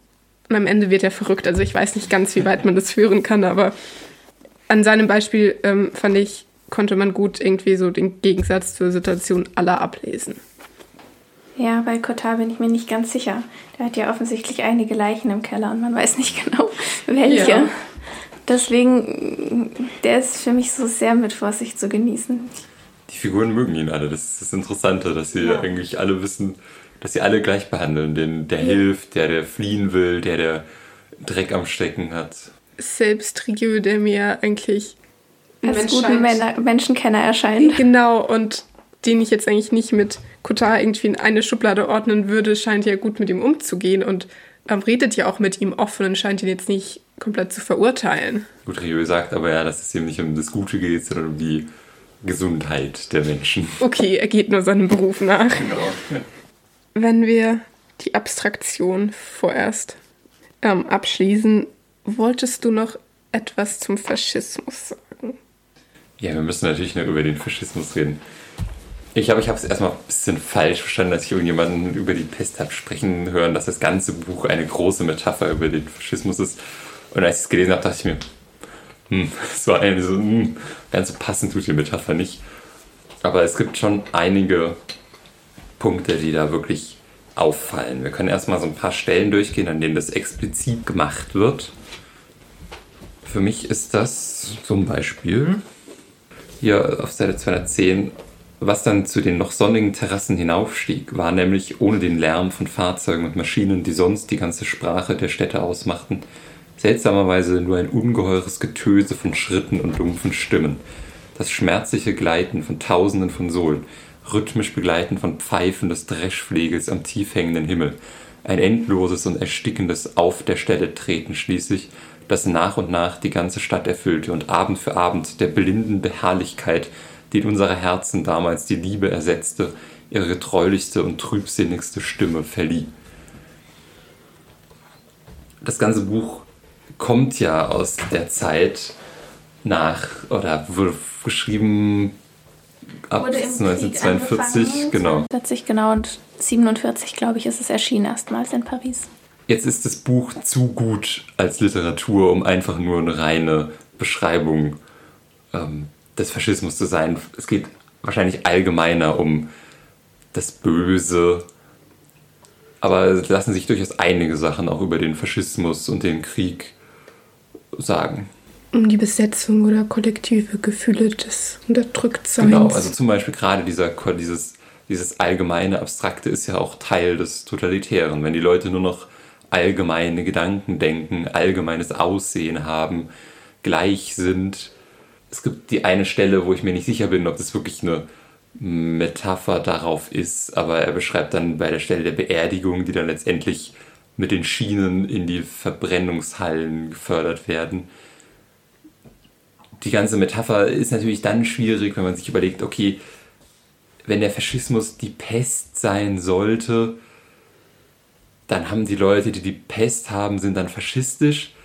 Und am Ende wird er verrückt. Also ich weiß nicht ganz, wie weit man das führen kann, aber an seinem Beispiel, fand ich, konnte man gut irgendwie so den Gegensatz zur Situation aller ablesen. Ja, bei Cotard bin ich mir nicht ganz sicher. Der hat ja offensichtlich einige Leichen im Keller und man weiß nicht genau, welche. Ja. Deswegen, der ist für mich so sehr mit Vorsicht zu genießen. Die Figuren mögen ihn alle. Das ist das Interessante, dass sie eigentlich alle wissen, dass sie alle gleich behandeln. Der hilft, der fliehen will, der Dreck am Stecken hat. Selbst Rieu, der mir eigentlich als guten Menschenkenner erscheint. Genau, und den ich jetzt eigentlich nicht mit Cotard irgendwie in eine Schublade ordnen würde, scheint ja gut mit ihm umzugehen und redet ja auch mit ihm offen und scheint ihn jetzt nicht komplett zu verurteilen. Gut, Rieu sagt aber ja, dass es ihm nicht um das Gute geht, sondern um die Gesundheit der Menschen. Okay, er geht nur seinem Beruf nach. Genau. Wenn wir die Abstraktion vorerst abschließen, wolltest du noch etwas zum Faschismus sagen? Ja, wir müssen natürlich noch über den Faschismus reden. Ich glaube, ich habe es erstmal ein bisschen falsch verstanden, als ich irgendjemanden über die Pest habe sprechen hören, dass das ganze Buch eine große Metapher über den Faschismus ist. Und als ich es gelesen habe, dachte ich mir, es war eine so, ganz so passend tut die Metapher nicht. Aber es gibt schon einige Punkte, die da wirklich auffallen. Wir können erstmal so ein paar Stellen durchgehen, an denen das explizit gemacht wird. Für mich ist das zum Beispiel hier auf Seite 210, was dann zu den noch sonnigen Terrassen hinaufstieg, war nämlich ohne den Lärm von Fahrzeugen und Maschinen, die sonst die ganze Sprache der Städte ausmachten, seltsamerweise nur ein ungeheures Getöse von Schritten und dumpfen Stimmen, das schmerzliche Gleiten von Tausenden von Sohlen, rhythmisch begleiten von Pfeifen des Dreschflegels am tief hängenden Himmel, ein endloses und erstickendes Auf der Stelle treten schließlich, das nach und nach die ganze Stadt erfüllte und Abend für Abend der blindenden Herrlichkeit, die in unsere Herzen damals die Liebe ersetzte, ihre getreulichste und trübsinnigste Stimme verlieh. Das ganze Buch kommt ja aus der Zeit nach, oder wurde geschrieben ab 1942, genau. 40, genau, und 47, glaube ich, ist es erschienen erstmals in Paris. Jetzt ist das Buch zu gut als Literatur, um einfach nur eine reine Beschreibung des Faschismus zu sein. Es geht wahrscheinlich allgemeiner um das Böse, aber es lassen sich durchaus einige Sachen auch über den Faschismus und den Krieg sagen. Um die Besetzung oder kollektive Gefühle des Unterdrücktseins. Genau, also zum Beispiel gerade dieses allgemeine Abstrakte ist ja auch Teil des Totalitären. Wenn die Leute nur noch allgemeine Gedanken denken, allgemeines Aussehen haben, gleich sind. Es gibt die eine Stelle, wo ich mir nicht sicher bin, ob das wirklich eine Metapher darauf ist, aber er beschreibt dann bei der Stelle der Beerdigung, die dann letztendlich mit den Schienen in die Verbrennungshallen gefördert werden. Die ganze Metapher ist natürlich dann schwierig, wenn man sich überlegt, okay, wenn der Faschismus die Pest sein sollte, dann haben die Leute, die die Pest haben, sind dann faschistisch.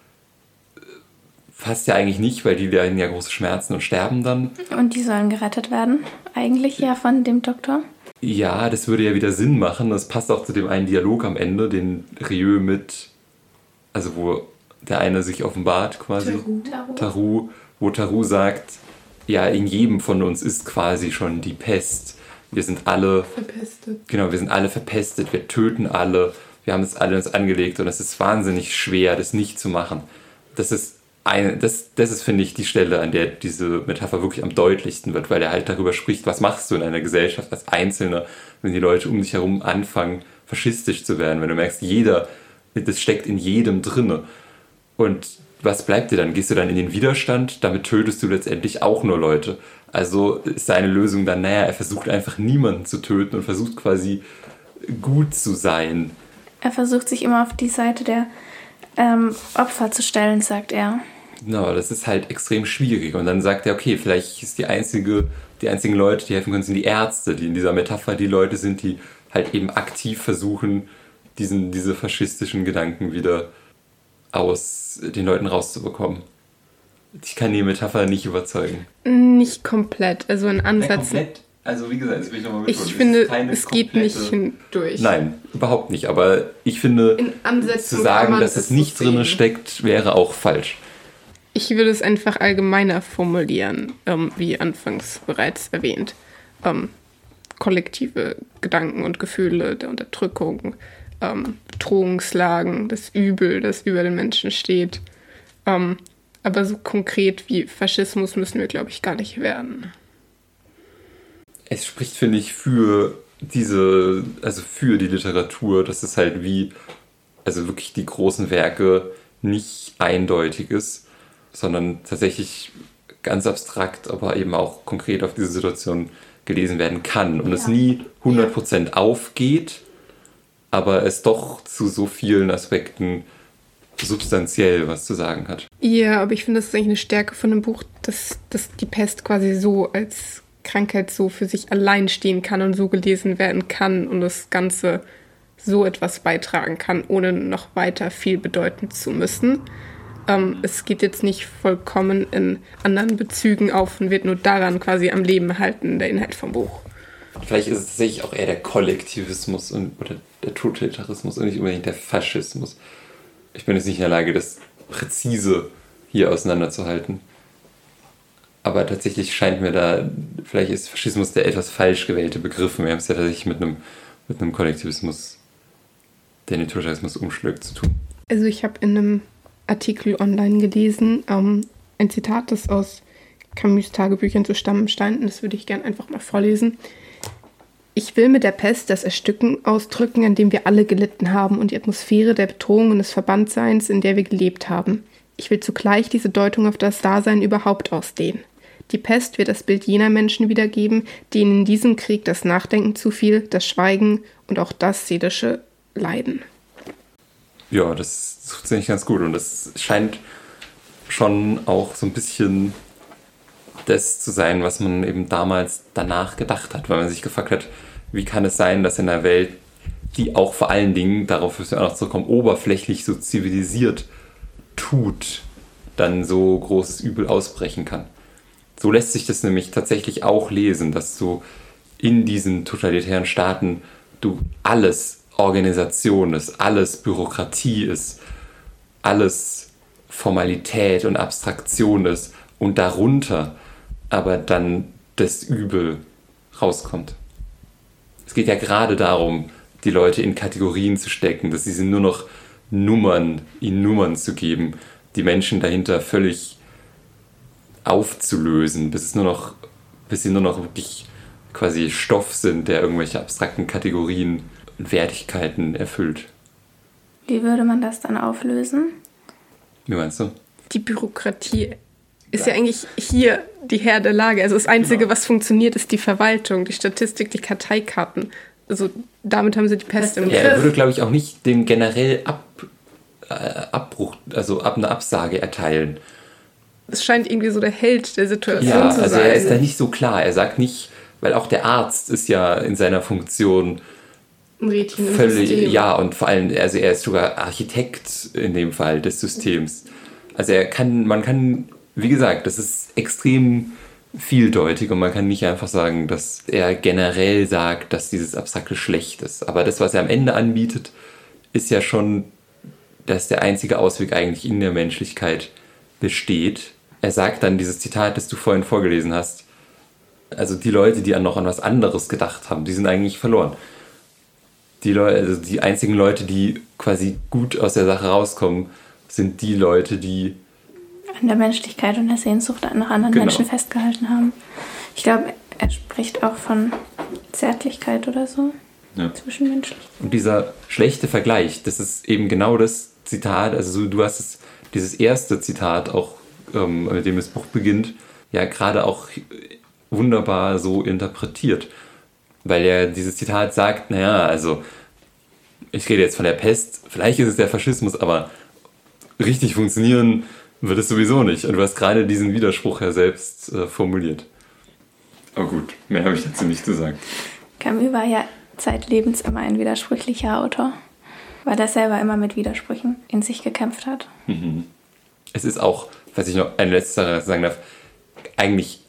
Passt ja eigentlich nicht, weil die leiden ja große Schmerzen und sterben dann. Und die sollen gerettet werden, eigentlich ja von dem Doktor. Ja, das würde ja wieder Sinn machen. Das passt auch zu dem einen Dialog am Ende, den Rieu also wo der eine sich offenbart quasi. Taru, wo Taru sagt, ja, in jedem von uns ist quasi schon die Pest. Wir sind alle verpestet. Genau, wir sind alle verpestet, wir töten alle, wir haben es alle uns angelegt und es ist wahnsinnig schwer, das nicht zu machen. Das ist, finde ich, die Stelle, an der diese Metapher wirklich am deutlichsten wird, weil er halt darüber spricht, was machst du in einer Gesellschaft als Einzelner, wenn die Leute um dich herum anfangen, faschistisch zu werden, wenn du merkst, das steckt in jedem drinne. Und was bleibt dir dann? Gehst du dann in den Widerstand? Damit tötest du letztendlich auch nur Leute. Also ist seine Lösung dann, er versucht einfach niemanden zu töten und versucht quasi gut zu sein. Er versucht sich immer auf die Seite der Opfer zu stellen, sagt er. Genau, das ist halt extrem schwierig. Und dann sagt er, okay, vielleicht ist die einzigen Leute, die helfen können, sind die Ärzte, die in dieser Metapher die Leute sind, die halt eben aktiv versuchen, diese faschistischen Gedanken wieder aus den Leuten rauszubekommen. Ich kann die Metapher nicht überzeugen. Nicht komplett, also in Ansätzen. Also wie gesagt, das will ich nochmal betonen. Ich finde, es geht nicht hindurch. Nein, überhaupt nicht. Aber ich finde, zu sagen, dass es nicht drin steckt, wäre auch falsch. Ich würde es einfach allgemeiner formulieren, wie anfangs bereits erwähnt. Kollektive Gedanken und Gefühle der Unterdrückung, Bedrohungslagen, das Übel, das über den Menschen steht. Aber so konkret wie Faschismus müssen wir, glaube ich, gar nicht werden. Es spricht, finde ich, für für die Literatur, dass es halt wirklich die großen Werke nicht eindeutig ist, sondern tatsächlich ganz abstrakt, aber eben auch konkret auf diese Situation gelesen werden kann. Und es nie 100% aufgeht, aber es doch zu so vielen Aspekten substanziell was zu sagen hat. Ja, aber ich finde, das ist eigentlich eine Stärke von dem Buch, dass die Pest quasi so als Krankheit so für sich allein stehen kann und so gelesen werden kann und das Ganze so etwas beitragen kann, ohne noch weiter viel bedeuten zu müssen. Es geht jetzt nicht vollkommen in anderen Bezügen auf und wird nur daran quasi am Leben halten, der Inhalt vom Buch. Vielleicht ist es tatsächlich auch eher der Kollektivismus oder der Totalitarismus und nicht unbedingt der Faschismus. Ich bin jetzt nicht in der Lage, das präzise hier auseinanderzuhalten. Aber tatsächlich scheint mir vielleicht ist Faschismus der etwas falsch gewählte Begriff. Wir haben es ja tatsächlich mit einem Kollektivismus, der den Totalitarismus umschlägt, zu tun. Also ich habe in einem Artikel online gelesen, ein Zitat, das aus Camus' Tagebüchern zu stammen scheint, und das würde ich gerne einfach mal vorlesen. Ich will mit der Pest das Ersticken ausdrücken, an dem wir alle gelitten haben und die Atmosphäre der Bedrohung und des Verbanntseins, in der wir gelebt haben. Ich will zugleich diese Deutung auf das Dasein überhaupt ausdehnen. Die Pest wird das Bild jener Menschen wiedergeben, denen in diesem Krieg das Nachdenken zufiel, das Schweigen und auch das seelische Leiden. Ja, das funktioniert ganz gut und das scheint schon auch so ein bisschen das zu sein, was man eben damals danach gedacht hat, weil man sich gefragt hat, wie kann es sein, dass in einer Welt, die auch vor allen Dingen, darauf müssen wir auch noch zurückkommen, oberflächlich so zivilisiert tut, dann so großes Übel ausbrechen kann. So lässt sich das nämlich tatsächlich auch lesen, dass so in diesen totalitären Staaten alles Organisation ist, alles Bürokratie ist, alles Formalität und Abstraktion ist und darunter aber dann das Übel rauskommt. Es geht ja gerade darum, die Leute in Kategorien zu stecken, dass sie nur noch Nummern zu geben, die Menschen dahinter völlig aufzulösen, bis sie nur noch wirklich quasi Stoff sind, der irgendwelche abstrakten Kategorien und Wertigkeiten erfüllt. Wie würde man das dann auflösen? Wie meinst du? Die Bürokratie ist ja eigentlich hier die Herr der Lage. Also das Einzige, was funktioniert, ist die Verwaltung, die Statistik, die Karteikarten. Also damit haben sie die Pest im Griff. Er würde, glaube ich, auch nicht den generell Abbruch, also eine Absage erteilen. Es scheint irgendwie so der Held der Situation zu sein. Also er ist da nicht so klar. Er sagt nicht, weil auch der Arzt ist ja in seiner Funktion völlig, ja, und vor allem, also er ist sogar Architekt in dem Fall des Systems. Also man kann, wie gesagt, das ist extrem vieldeutig und man kann nicht einfach sagen, dass er generell sagt, dass dieses Abstrakte schlecht ist. Aber das, was er am Ende anbietet, ist ja schon, dass der einzige Ausweg eigentlich in der Menschlichkeit besteht. Er sagt dann dieses Zitat, das du vorhin vorgelesen hast, also die Leute, die noch an was anderes gedacht haben, die sind eigentlich verloren. Die einzigen Leute, die quasi gut aus der Sache rauskommen, sind die Leute, die an der Menschlichkeit und der Sehnsucht nach anderen Menschen festgehalten haben. Ich glaube, er spricht auch von Zärtlichkeit oder so, zwischenmenschlich. Und dieser schlechte Vergleich, das ist eben genau das Zitat, also du hast dieses erste Zitat auch, mit dem das Buch beginnt, ja gerade auch wunderbar so interpretiert. Weil er dieses Zitat sagt, naja, also ich rede jetzt von der Pest, vielleicht ist es der Faschismus, aber richtig funktionieren wird es sowieso nicht. Und du hast gerade diesen Widerspruch ja selbst formuliert. Aber gut, mehr habe ich dazu nicht zu sagen. Camus war ja zeitlebens immer ein widersprüchlicher Autor, weil er selber immer mit Widersprüchen in sich gekämpft hat. Mhm. Es ist auch, was ich noch eine letzte Sache sagen darf, eigentlich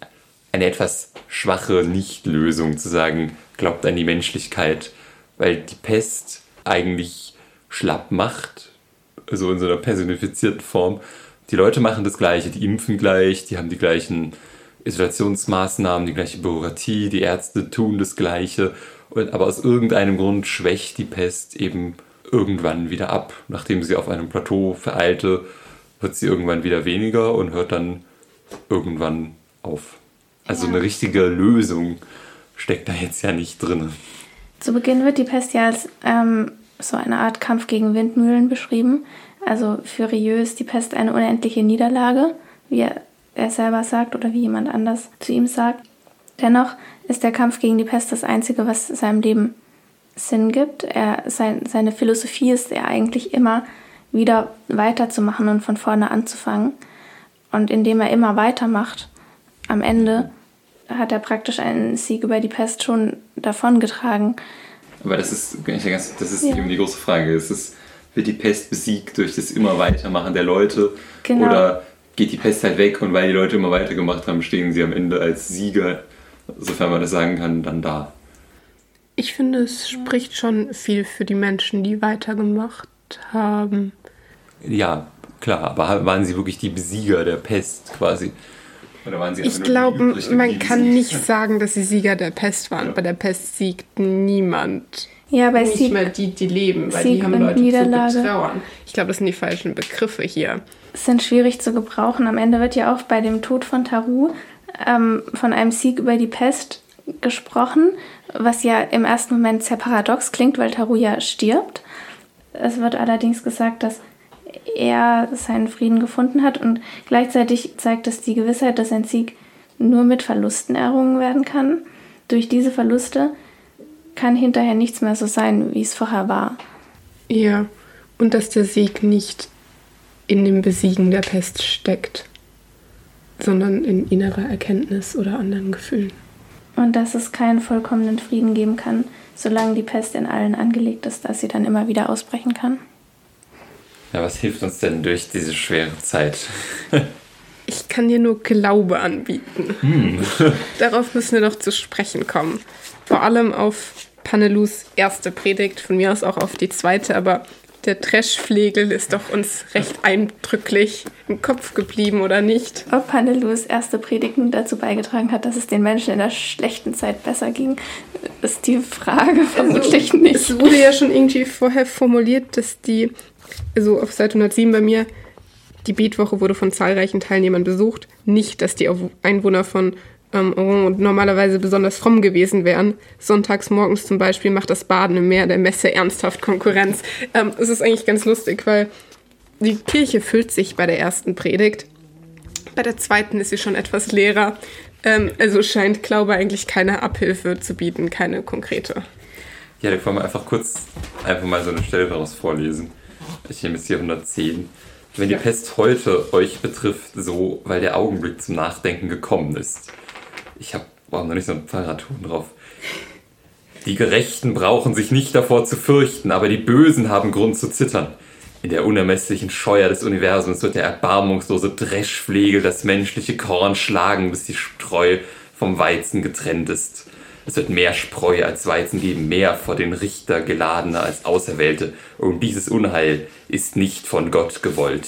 eine etwas schwache Nichtlösung zu sagen, glaubt an die Menschlichkeit, weil die Pest eigentlich schlapp macht, so in so einer personifizierten Form. Die Leute machen das Gleiche, die impfen gleich, die haben die gleichen Isolationsmaßnahmen, die gleiche Bürokratie, die Ärzte tun das Gleiche, aber aus irgendeinem Grund schwächt die Pest eben irgendwann wieder ab. Nachdem sie auf einem Plateau vereilte, wird sie irgendwann wieder weniger und hört dann irgendwann auf. Also eine richtige Lösung steckt da jetzt ja nicht drin. Zu Beginn wird die Pest ja als so eine Art Kampf gegen Windmühlen beschrieben. Also für Rieu ist die Pest eine unendliche Niederlage, wie er selber sagt oder wie jemand anders zu ihm sagt. Dennoch ist der Kampf gegen die Pest das Einzige, was seinem Leben Sinn gibt. Seine Philosophie ist ja eigentlich immer wieder weiterzumachen und von vorne anzufangen. Und indem er immer weitermacht, am Ende hat er praktisch einen Sieg über die Pest schon davongetragen. Aber das ist eben die große Frage. Wird die Pest besiegt durch das immer Weitermachen der Leute? Genau. Oder geht die Pest halt weg und weil die Leute immer weitergemacht haben, stehen sie am Ende als Sieger, sofern man das sagen kann, dann da? Ich finde, es spricht schon viel für die Menschen, die weitergemacht haben. Ja, klar, aber waren sie wirklich die Besieger der Pest quasi? Oder waren sie Ich glaube, man kann nicht sagen, dass sie Sieger der Pest waren. Ja. Bei der Pest siegt niemand. Ja, bei nicht Sieg, mal die leben, weil Sieg die haben Leute Niederlage. zu betrauern. Ich glaube, das sind die falschen Begriffe hier. Sind schwierig zu gebrauchen. Am Ende wird ja auch bei dem Tod von Taru von einem Sieg über die Pest gesprochen, was ja im ersten Moment sehr paradox klingt, weil Taru ja stirbt. Es wird allerdings gesagt, dass er seinen Frieden gefunden hat und gleichzeitig zeigt es die Gewissheit, dass ein Sieg nur mit Verlusten errungen werden kann. Durch diese Verluste kann hinterher nichts mehr so sein, wie es vorher war. Ja, und dass der Sieg nicht in dem Besiegen der Pest steckt, sondern in innerer Erkenntnis oder anderen Gefühlen. Und dass es keinen vollkommenen Frieden geben kann, solange die Pest in allen angelegt ist, dass sie dann immer wieder ausbrechen kann. Ja, was hilft uns denn durch diese schwere Zeit? Ich kann dir nur Glaube anbieten. Darauf müssen wir noch zu sprechen kommen. Vor allem auf Panelus erste Predigt, von mir aus auch auf die zweite, aber der Dreschflegel ist doch uns recht eindrücklich im Kopf geblieben, oder nicht? Ob Panelus erste Predigt nun dazu beigetragen hat, dass es den Menschen in der schlechten Zeit besser ging, ist die Frage vermutlich nicht. Es wurde ja schon irgendwie vorher formuliert, dass also auf Seite 107 bei mir, die Betwoche wurde von zahlreichen Teilnehmern besucht. Nicht, dass die Einwohner von Oran normalerweise besonders fromm gewesen wären. Sonntags morgens zum Beispiel macht das Baden im Meer der Messe ernsthaft Konkurrenz. Es ist eigentlich ganz lustig, weil die Kirche füllt sich bei der ersten Predigt. Bei der zweiten ist sie schon etwas leerer. Also scheint Glaube eigentlich keine Abhilfe zu bieten, keine konkrete. Ja, da wollen wir einfach mal so eine Stelle daraus vorlesen. Ich nehme jetzt hier 110. Wenn die Pest heute euch betrifft, so, weil der Augenblick zum Nachdenken gekommen ist. Ich brauche noch nicht so einen Pfarrerton drauf. Die Gerechten brauchen sich nicht davor zu fürchten, aber die Bösen haben Grund zu zittern. In der unermesslichen Scheuer des Universums wird der erbarmungslose Dreschflegel das menschliche Korn schlagen, bis die Spreu vom Weizen getrennt ist. Es wird mehr Spreu als Weizen geben, mehr vor den Richter geladene als Auserwählte. Und dieses Unheil ist nicht von Gott gewollt.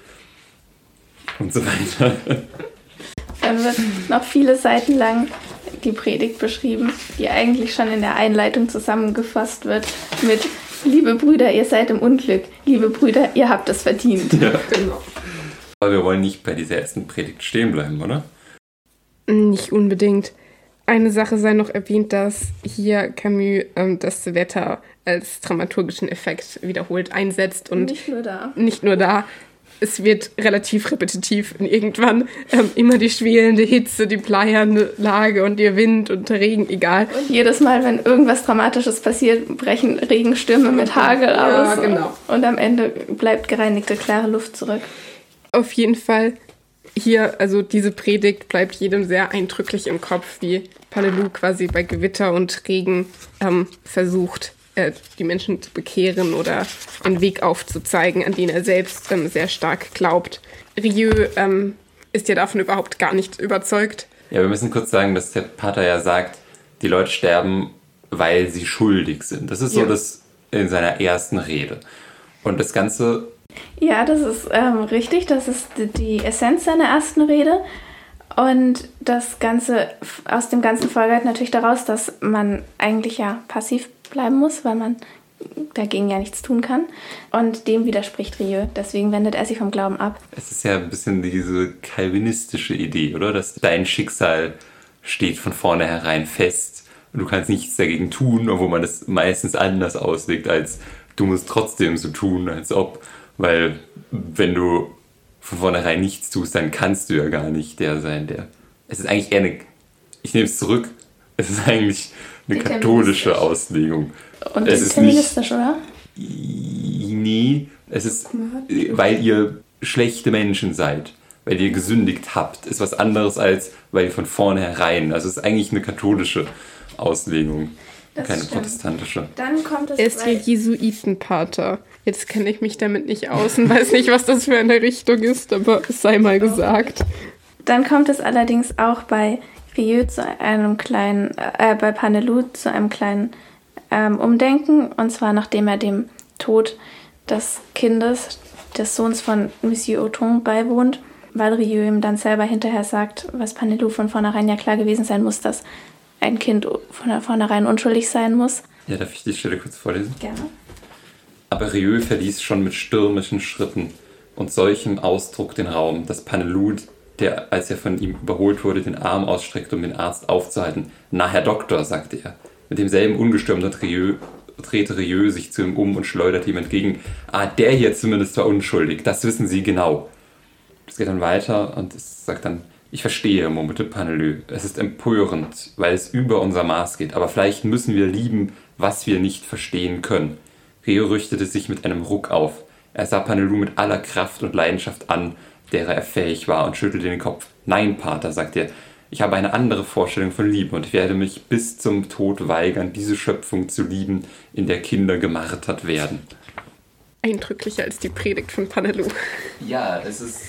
Und so weiter. Dann wird noch viele Seiten lang die Predigt beschrieben, die eigentlich schon in der Einleitung zusammengefasst wird mit: Liebe Brüder, ihr seid im Unglück. Liebe Brüder, ihr habt es verdient. Ja, genau. Aber wir wollen nicht bei dieser ersten Predigt stehen bleiben, oder? Nicht unbedingt. Eine Sache sei noch erwähnt, dass hier Camus das Wetter als dramaturgischen Effekt wiederholt einsetzt. Und Nicht nur da. Es wird relativ repetitiv und irgendwann immer die schwelende Hitze, die bleierne Lage und der Wind und der Regen, egal. Und jedes Mal, wenn irgendwas Dramatisches passiert, brechen Regenstürme mit Hagel aus. Ja, genau. Und am Ende bleibt gereinigte, klare Luft zurück. Auf jeden Fall hier, also diese Predigt bleibt jedem sehr eindrücklich im Kopf, wie Panelu quasi bei Gewitter und Regen versucht, die Menschen zu bekehren oder einen Weg aufzuzeigen, an den er selbst sehr stark glaubt. Rieu ist ja davon überhaupt gar nicht überzeugt. Ja, wir müssen kurz sagen, dass der Pater ja sagt, die Leute sterben, weil sie schuldig sind. Das ist so das in seiner ersten Rede. Und das Ganze... Ja, das ist richtig. Das ist die Essenz seiner ersten Rede. Und das Ganze, aus dem Ganzen folgt natürlich daraus, dass man eigentlich ja passiv bleiben muss, weil man dagegen ja nichts tun kann. Und dem widerspricht Rieu. Deswegen wendet er sich vom Glauben ab. Es ist ja ein bisschen diese calvinistische Idee, oder? Dass dein Schicksal steht von vornherein fest und du kannst nichts dagegen tun, obwohl man das meistens anders auslegt, als du musst trotzdem so tun, als ob. Weil wenn du von vornherein nichts tust, dann kannst du ja gar nicht der sein, der... Es ist eigentlich eher eine... Ich nehme es zurück. Es ist eigentlich eine katholische Auslegung. Und deterministisch, oder? Nee, es ist, weil ihr schlechte Menschen seid, weil ihr gesündigt habt, ist was anderes als, weil ihr von vornherein... Also es ist eigentlich eine katholische Auslegung, keine protestantische. Dann kommt es... Er ist ja Jesuitenpater. Jetzt kenne ich mich damit nicht aus und weiß nicht, was das für eine Richtung ist, aber es sei mal gesagt. Dann kommt es allerdings auch bei Rieu zu einem kleinen, bei Panelou zu einem kleinen Umdenken, und zwar nachdem er dem Tod des Kindes, des Sohns von Monsieur Othon beiwohnt, weil Rieu ihm dann selber hinterher sagt, was Panelou von vornherein ja klar gewesen sein muss, dass ein Kind von vornherein unschuldig sein muss. Ja, darf ich die Stelle kurz vorlesen? Gerne. Aber Rieu verließ schon mit stürmischen Schritten und solchem Ausdruck den Raum, dass Panelou, der, als er von ihm überholt wurde, den Arm ausstreckte, um den Arzt aufzuhalten. »Na, Herr Doktor«, sagte er. Mit demselben Ungestüm drehte Rieu sich zu ihm um und schleuderte ihm entgegen. »Ah, der hier zumindest war unschuldig, das wissen Sie genau.« Es geht dann weiter und es sagt dann, »Ich verstehe«, murmelte Panelou. »Es ist empörend, weil es über unser Maß geht, aber vielleicht müssen wir lieben, was wir nicht verstehen können.« Rieu richtete sich mit einem Ruck auf. Er sah Panelou mit aller Kraft und Leidenschaft an, derer er fähig war, und schüttelte den Kopf. »Nein, Pater«, sagte er, »ich habe eine andere Vorstellung von Liebe und werde mich bis zum Tod weigern, diese Schöpfung zu lieben, in der Kinder gemartert werden.« Eindrücklicher als die Predigt von Panelou. Ja, es ist...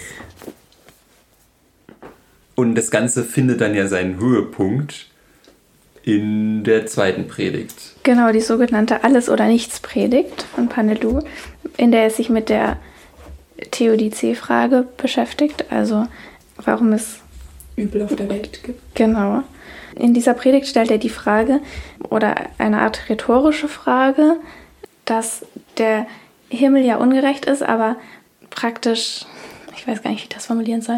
Und das Ganze findet dann ja seinen Höhepunkt in der zweiten Predigt. Genau, die sogenannte Alles-oder-Nichts-Predigt von Panelou, in der er sich mit der Theodizee-Frage beschäftigt, also warum es Übel auf der Welt gibt. Genau. In dieser Predigt stellt er die Frage, oder eine Art rhetorische Frage, dass der Himmel ja ungerecht ist, aber praktisch, ich weiß gar nicht, wie ich das formulieren soll,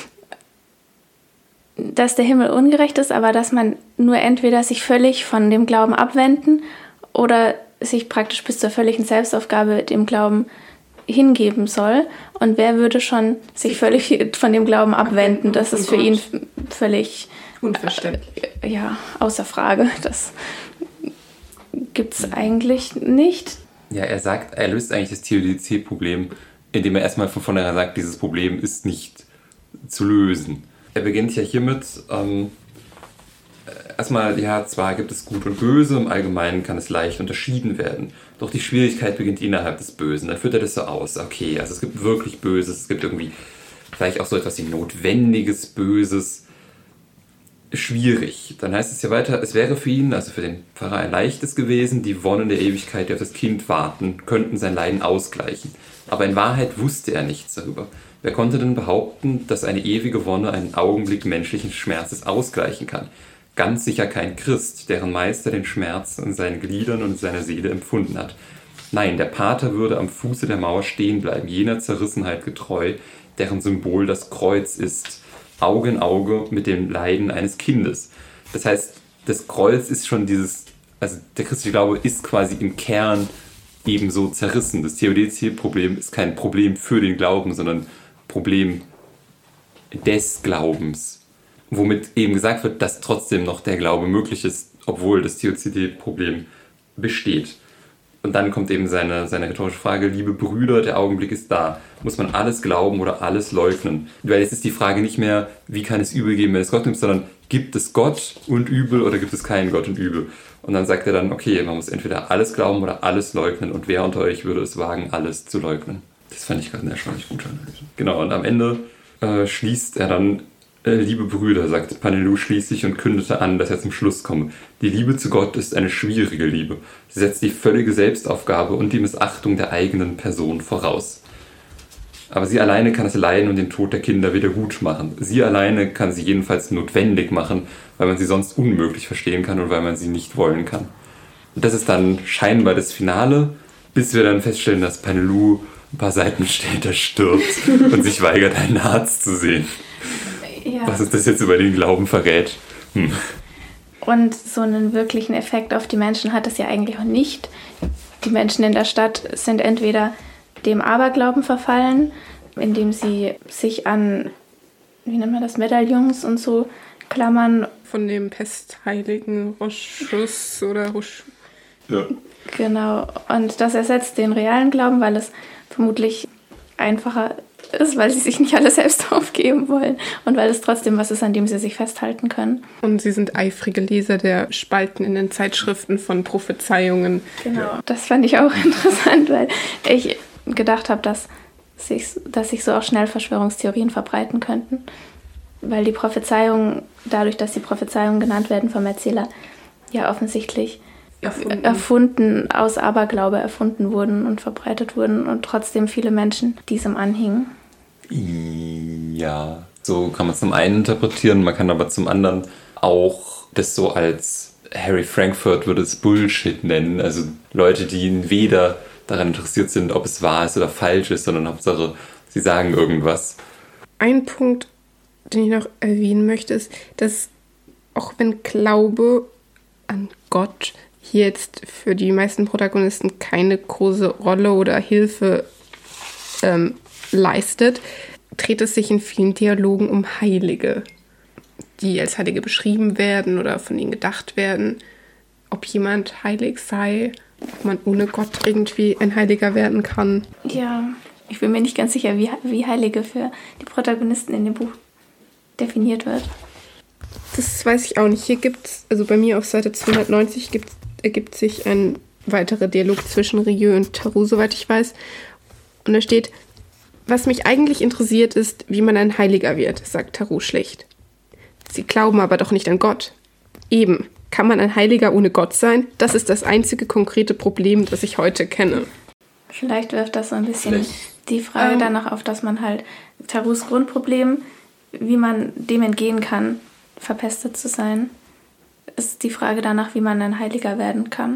dass der Himmel ungerecht ist, aber dass man nur entweder sich völlig von dem Glauben abwenden oder sich praktisch bis zur völligen Selbstaufgabe dem Glauben hingeben soll. Und wer würde schon sich völlig von dem Glauben abwenden? Das ist für ihn völlig unverständlich. Ja, außer Frage. Das gibt es eigentlich nicht. Ja, er löst eigentlich das Theodizee-Problem, indem er erstmal von vornherein sagt, dieses Problem ist nicht zu lösen. Er beginnt ja hiermit, erstmal, ja, zwar gibt es Gut und Böse, im Allgemeinen kann es leicht unterschieden werden, doch die Schwierigkeit beginnt innerhalb des Bösen. Dann führt er das so aus, okay, also es gibt wirklich Böses, es gibt irgendwie vielleicht auch so etwas wie notwendiges Böses. Schwierig. Dann heißt es ja weiter, es wäre für ihn, also für den Pfarrer, ein leichtes gewesen, die Wonnen der Ewigkeit, die auf das Kind warten, könnten sein Leiden ausgleichen. Aber in Wahrheit wusste er nichts darüber. Wer konnte denn behaupten, dass eine ewige Wonne einen Augenblick menschlichen Schmerzes ausgleichen kann? Ganz sicher kein Christ, deren Meister den Schmerz in seinen Gliedern und in seiner Seele empfunden hat. Nein, der Pater würde am Fuße der Mauer stehen bleiben, jener Zerrissenheit getreu, deren Symbol das Kreuz ist, Auge in Auge mit dem Leiden eines Kindes. Das heißt, das Kreuz ist schon dieses, also der christliche Glaube ist quasi im Kern ebenso zerrissen. Das Theodizee-Problem ist kein Problem für den Glauben, sondern Problem des Glaubens. Womit eben gesagt wird, dass trotzdem noch der Glaube möglich ist, obwohl das Theodizee-Problem besteht. Und dann kommt eben seine rhetorische Frage, liebe Brüder, der Augenblick ist da. Muss man alles glauben oder alles leugnen? Weil jetzt ist die Frage nicht mehr, wie kann es Übel geben, wenn es Gott nimmt, sondern gibt es Gott und Übel oder gibt es keinen Gott und Übel? Und dann sagt er dann, okay, man muss entweder alles glauben oder alles leugnen. Und wer unter euch würde es wagen, alles zu leugnen? Das fand ich gerade eine erstaunlich gute Analyse. Genau, und am Ende schließt er dann Liebe Brüder, sagte Panelu schließlich und kündete an, dass er zum Schluss komme. Die Liebe zu Gott ist eine schwierige Liebe. Sie setzt die völlige Selbstaufgabe und die Missachtung der eigenen Person voraus. Aber sie alleine kann das Leiden und den Tod der Kinder wieder gut machen. Sie alleine kann sie jedenfalls notwendig machen, weil man sie sonst unmöglich verstehen kann und weil man sie nicht wollen kann. Und das ist dann scheinbar das Finale, bis wir dann feststellen, dass Panelu ein paar Seiten später stirbt und sich weigert, einen Arzt zu sehen. Ja. Was uns das jetzt über den Glauben verrät. Und so einen wirklichen Effekt auf die Menschen hat es ja eigentlich auch nicht. Die Menschen in der Stadt sind entweder dem Aberglauben verfallen, indem sie sich an, wie nennt man das, Medaillons und so klammern. Von dem Pestheiligen Rochus oder Roche. Ja. Genau, und das ersetzt den realen Glauben, weil es vermutlich einfacher ist, weil sie sich nicht alle selbst aufgeben wollen und weil es trotzdem was ist, an dem sie sich festhalten können. Und sie sind eifrige Leser der Spalten in den Zeitschriften von Prophezeiungen. Genau, das fand ich auch interessant, weil ich gedacht habe, dass sich so auch schnell Verschwörungstheorien verbreiten könnten, weil die Prophezeiungen, dadurch, dass die Prophezeiungen genannt werden vom Erzähler, ja offensichtlich erfunden, aus Aberglaube erfunden wurden und verbreitet wurden und trotzdem viele Menschen diesem anhingen. Ja, so kann man es zum einen interpretieren, man kann aber zum anderen auch das so als Harry Frankfurt würde es Bullshit nennen, also Leute, die weder daran interessiert sind, ob es wahr ist oder falsch ist, sondern Hauptsache, sie sagen irgendwas. Ein Punkt, den ich noch erwähnen möchte, ist, dass auch wenn Glaube an Gott hier jetzt für die meisten Protagonisten keine große Rolle oder Hilfe leistet, dreht es sich in vielen Dialogen um Heilige, die als Heilige beschrieben werden oder von ihnen gedacht werden, ob jemand heilig sei, ob man ohne Gott irgendwie ein Heiliger werden kann. Ja, ich bin mir nicht ganz sicher, wie Heilige für die Protagonisten in dem Buch definiert wird. Das weiß ich auch nicht. Hier gibt es, also bei mir auf Seite 290 ergibt sich ein weiterer Dialog zwischen Rieu und Tarou, soweit ich weiß. Und da steht, was mich eigentlich interessiert ist, wie man ein Heiliger wird, sagt Tarou schlicht. Sie glauben aber doch nicht an Gott. Eben, kann man ein Heiliger ohne Gott sein? Das ist das einzige konkrete Problem, das ich heute kenne. Vielleicht wirft das so ein bisschen die Frage danach auf, dass man halt Tarous Grundproblem, wie man dem entgehen kann, verpestet zu sein, ist die Frage danach, wie man ein Heiliger werden kann.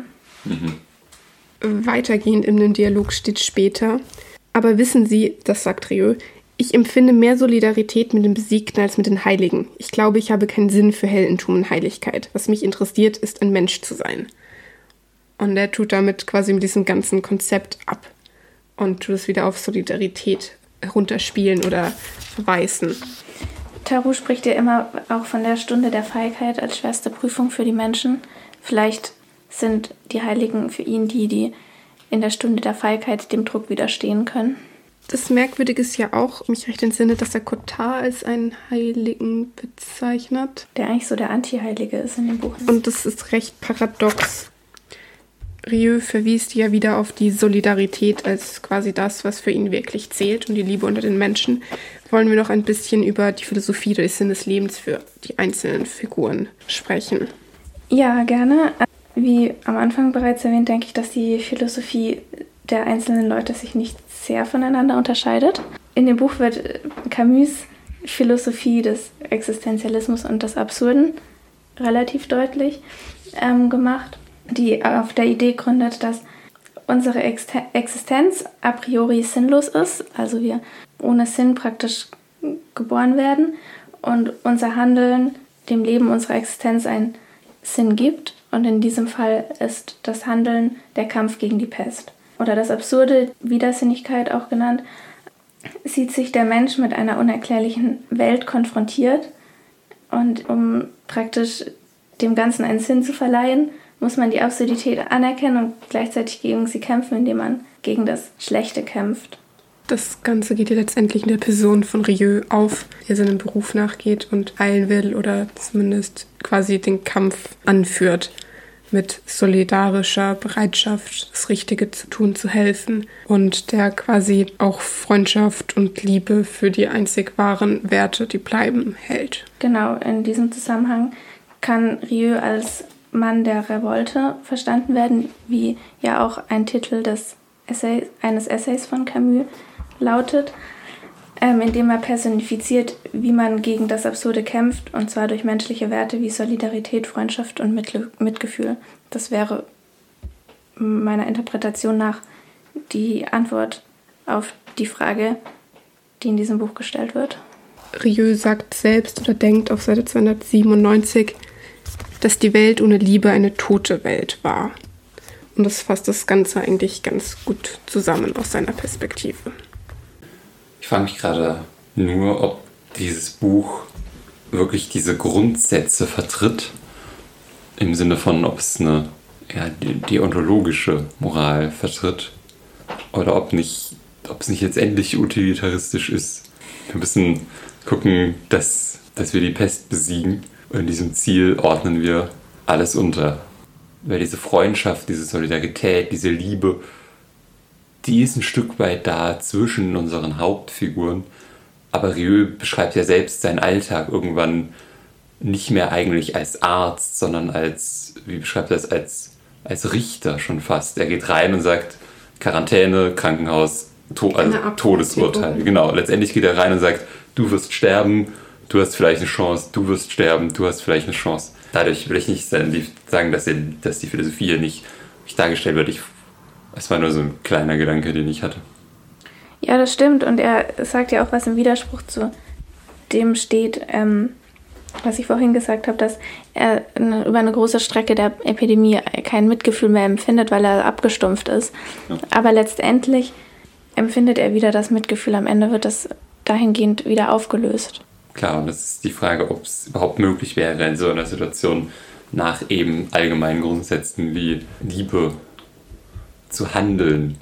Weitergehend in dem Dialog steht später, aber wissen Sie, das sagt Rieu, ich empfinde mehr Solidarität mit den Besiegten als mit den Heiligen. Ich glaube, ich habe keinen Sinn für Heldentum und Heiligkeit. Was mich interessiert, ist ein Mensch zu sein. Und er tut damit quasi mit diesem ganzen Konzept ab und tut es wieder auf Solidarität herunterspielen oder verweisen. Tarou spricht ja immer auch von der Stunde der Feigheit als schwerste Prüfung für die Menschen. Vielleicht sind die Heiligen für ihn die in der Stunde der Feigheit dem Druck widerstehen können. Das Merkwürdige ist ja auch, mich recht entsinne, dass er Cotard als einen Heiligen bezeichnet. Der eigentlich so der Anti-Heilige ist in dem Buch. Und das ist recht paradox. Rieu verwies ja wieder auf die Solidarität als quasi das, was für ihn wirklich zählt und die Liebe unter den Menschen. Wollen wir noch ein bisschen über die Philosophie oder den Sinn des Lebens für die einzelnen Figuren sprechen? Ja, gerne. Wie am Anfang bereits erwähnt, denke ich, dass die Philosophie der einzelnen Leute sich nicht sehr voneinander unterscheidet. In dem Buch wird Camus' Philosophie des Existenzialismus und des Absurden relativ deutlich gemacht, die auf der Idee gründet, dass unsere Existenz a priori sinnlos ist, also wir ohne Sinn praktisch geboren werden und unser Handeln dem Leben unserer Existenz einen Sinn gibt. Und in diesem Fall ist das Handeln der Kampf gegen die Pest. Oder das Absurde, Widersinnigkeit auch genannt, sieht sich der Mensch mit einer unerklärlichen Welt konfrontiert. Und um praktisch dem Ganzen einen Sinn zu verleihen, muss man die Absurdität anerkennen und gleichzeitig gegen sie kämpfen, indem man gegen das Schlechte kämpft. Das Ganze geht ja letztendlich in der Person von Rieu auf, der seinem Beruf nachgeht und heilen will oder zumindest quasi den Kampf anführt. mit solidarischer Bereitschaft, das Richtige zu tun, zu helfen und der quasi auch Freundschaft und Liebe für die einzig wahren Werte, die bleiben, hält. Genau, in diesem Zusammenhang kann Rieu als Mann der Revolte verstanden werden, wie ja auch ein Titel eines Essays von Camus lautet, in dem er personifiziert, wie man gegen das Absurde kämpft, und zwar durch menschliche Werte wie Solidarität, Freundschaft und Mitgefühl. Das wäre meiner Interpretation nach die Antwort auf die Frage, die in diesem Buch gestellt wird. Rieu sagt selbst oder denkt auf Seite 297, dass die Welt ohne Liebe eine tote Welt war. Und das fasst das Ganze eigentlich ganz gut zusammen aus seiner Perspektive. Ich frage mich gerade nur, ob dieses Buch wirklich diese Grundsätze vertritt, im Sinne von, ob es eine deontologische Moral vertritt oder ob es nicht letztendlich utilitaristisch ist. Wir müssen gucken, dass wir die Pest besiegen, und in diesem Ziel ordnen wir alles unter. Weil diese Freundschaft, diese Solidarität, diese Liebe, die ist ein Stück weit da zwischen unseren Hauptfiguren. Aber Rieu beschreibt ja selbst seinen Alltag irgendwann nicht mehr eigentlich als Arzt, sondern wie beschreibt er das, als Richter schon fast. Er geht rein und sagt, Quarantäne, Krankenhaus, Todesurteil. Genau, letztendlich geht er rein und sagt, du wirst sterben, du hast vielleicht eine Chance, du wirst sterben, du hast vielleicht eine Chance. Dadurch will ich nicht sagen, dass die Philosophie hier nicht dargestellt wird. Es war nur so ein kleiner Gedanke, den ich hatte. Ja, das stimmt. Und er sagt ja auch, was im Widerspruch zu dem steht, was ich vorhin gesagt habe, dass er über eine große Strecke der Epidemie kein Mitgefühl mehr empfindet, weil er abgestumpft ist. Ja. Aber letztendlich empfindet er wieder das Mitgefühl. Am Ende wird das dahingehend wieder aufgelöst. Klar, und das ist die Frage, ob es überhaupt möglich wäre, in so einer Situation nach eben allgemeinen Grundsätzen wie Liebe zu handeln.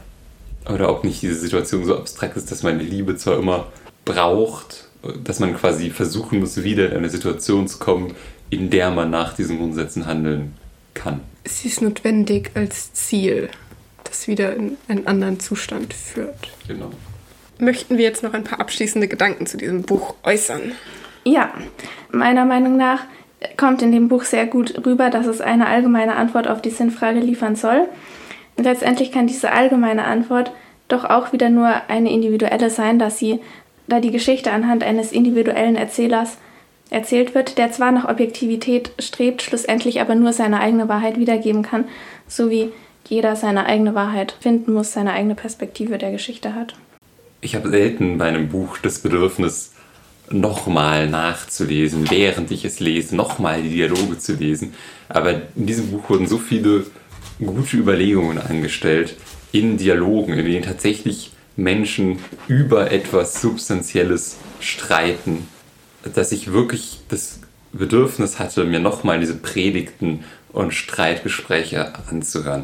Oder ob nicht diese Situation so abstrakt ist, dass man die Liebe zwar immer braucht, dass man quasi versuchen muss, wieder in eine Situation zu kommen, in der man nach diesen Grundsätzen handeln kann. Es ist notwendig als Ziel, das wieder in einen anderen Zustand führt. Genau. Möchten wir jetzt noch ein paar abschließende Gedanken zu diesem Buch äußern? Ja, meiner Meinung nach kommt in dem Buch sehr gut rüber, dass es eine allgemeine Antwort auf die Sinnfrage liefern soll. Letztendlich kann diese allgemeine Antwort doch auch wieder nur eine individuelle sein, da die Geschichte anhand eines individuellen Erzählers erzählt wird, der zwar nach Objektivität strebt, schlussendlich aber nur seine eigene Wahrheit wiedergeben kann, so wie jeder seine eigene Wahrheit finden muss, seine eigene Perspektive der Geschichte hat. Ich habe selten bei einem Buch das Bedürfnis, nochmal nachzulesen, während ich es lese, nochmal die Dialoge zu lesen. Aber in diesem Buch wurden so viele gute Überlegungen angestellt, in Dialogen, in denen tatsächlich Menschen über etwas Substanzielles streiten, dass ich wirklich das Bedürfnis hatte, mir nochmal diese Predigten und Streitgespräche anzuhören.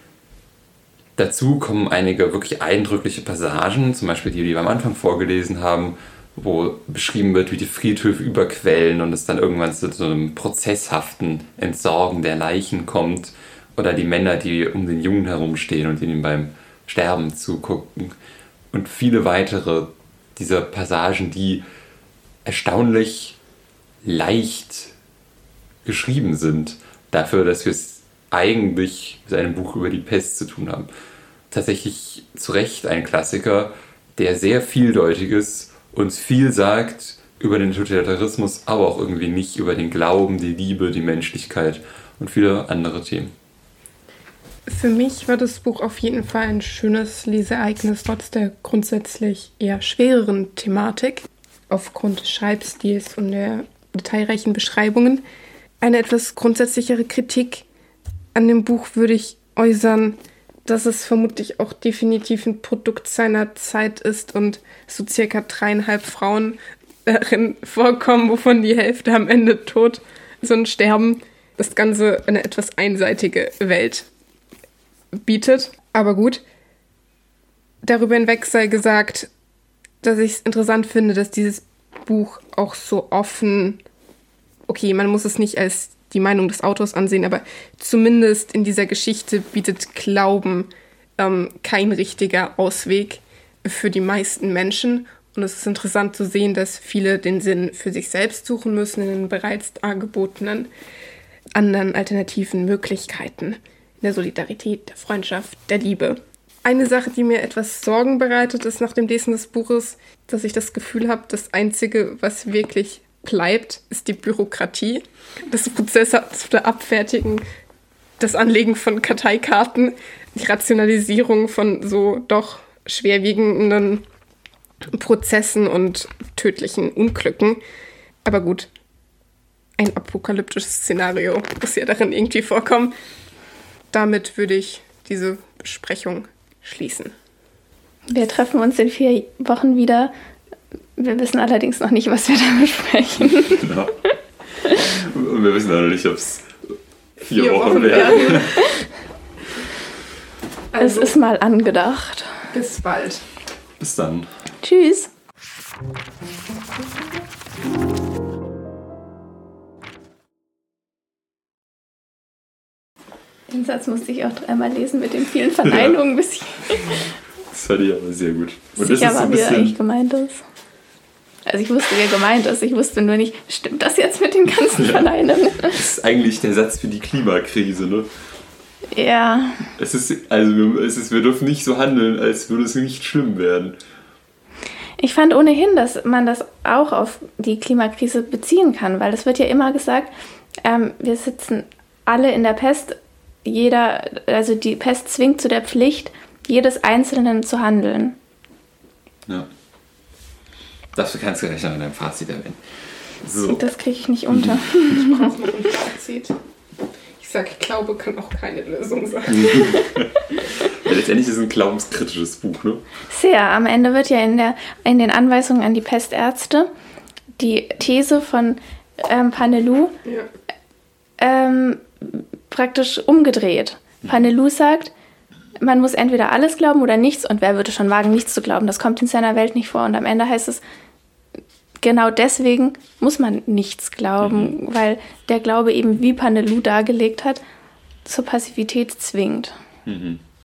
Dazu kommen einige wirklich eindrückliche Passagen, zum Beispiel die wir am Anfang vorgelesen haben, wo beschrieben wird, wie die Friedhöfe überquellen und es dann irgendwann zu so einem prozesshaften Entsorgen der Leichen kommt. Oder die Männer, die um den Jungen herumstehen und ihm beim Sterben zugucken. Und viele weitere dieser Passagen, die erstaunlich leicht geschrieben sind, dafür, dass wir es eigentlich mit einem Buch über die Pest zu tun haben. Tatsächlich zu Recht ein Klassiker, der sehr vieldeutig ist, uns viel sagt über den Totalitarismus, aber auch irgendwie nicht über den Glauben, die Liebe, die Menschlichkeit und viele andere Themen. Für mich war das Buch auf jeden Fall ein schönes Leseereignis, trotz der grundsätzlich eher schwereren Thematik, aufgrund des Schreibstils und der detailreichen Beschreibungen. Eine etwas grundsätzlichere Kritik an dem Buch würde ich äußern, dass es vermutlich auch definitiv ein Produkt seiner Zeit ist und so circa 3,5 Frauen darin vorkommen, wovon die Hälfte am Ende tot sind, sterben. Das Ganze eine etwas einseitige Welt bietet. Aber gut, darüber hinweg sei gesagt, dass ich es interessant finde, dass dieses Buch auch so offen, okay, man muss es nicht als die Meinung des Autors ansehen, aber zumindest in dieser Geschichte bietet Glauben kein richtiger Ausweg für die meisten Menschen. Und es ist interessant zu sehen, dass viele den Sinn für sich selbst suchen müssen in den bereits dargebotenen anderen alternativen Möglichkeiten, in der Solidarität, der Freundschaft, der Liebe. Eine Sache, die mir etwas Sorgen bereitet, ist nach dem Lesen des Buches, dass ich das Gefühl habe, das Einzige, was wirklich bleibt, ist die Bürokratie. Das prozesshafte Abfertigen, das Anlegen von Karteikarten, die Rationalisierung von so doch schwerwiegenden Prozessen und tödlichen Unglücken. Aber gut, ein apokalyptisches Szenario muss ja darin irgendwie vorkommen. Damit würde ich diese Besprechung schließen. Wir treffen uns in 4 Wochen wieder. Wir wissen allerdings noch nicht, was wir da besprechen. Genau. Und wir wissen auch noch nicht, ob es 4 Wochen werden. Also, es ist mal angedacht. Bis bald. Bis dann. Tschüss. Den Satz musste ich auch 3-mal lesen mit den vielen Verneinungen. Das fand ich aber sehr gut. Und sicher das ist war, wie er eigentlich gemeint ist. Also ich wusste, wie er gemeint ist. Ich wusste nur nicht, stimmt das jetzt mit den ganzen Verneinungen? Das ist eigentlich der Satz für die Klimakrise, ne? Ja. Wir dürfen nicht so handeln, als würde es nicht schlimm werden. Ich fand ohnehin, dass man das auch auf die Klimakrise beziehen kann, weil es wird ja immer gesagt, wir sitzen alle in der Pest, also die Pest zwingt zu der Pflicht, jedes Einzelnen zu handeln. Ja. Dafür kannst du gleich noch in deinem Fazit erwähnen. So. Das kriege ich nicht unter. Ich brauche noch ein Fazit. Ich sage, Glaube kann auch keine Lösung sein. Ja, letztendlich ist es ein glaubenskritisches Buch, ne? Sehr. Am Ende wird ja in den Anweisungen an die Pestärzte die These von Panelou praktisch umgedreht. Panelou sagt, man muss entweder alles glauben oder nichts, und wer würde schon wagen, nichts zu glauben? Das kommt in seiner Welt nicht vor. Und am Ende heißt es, genau deswegen muss man nichts glauben, weil der Glaube eben, wie Panelou dargelegt hat, zur Passivität zwingt.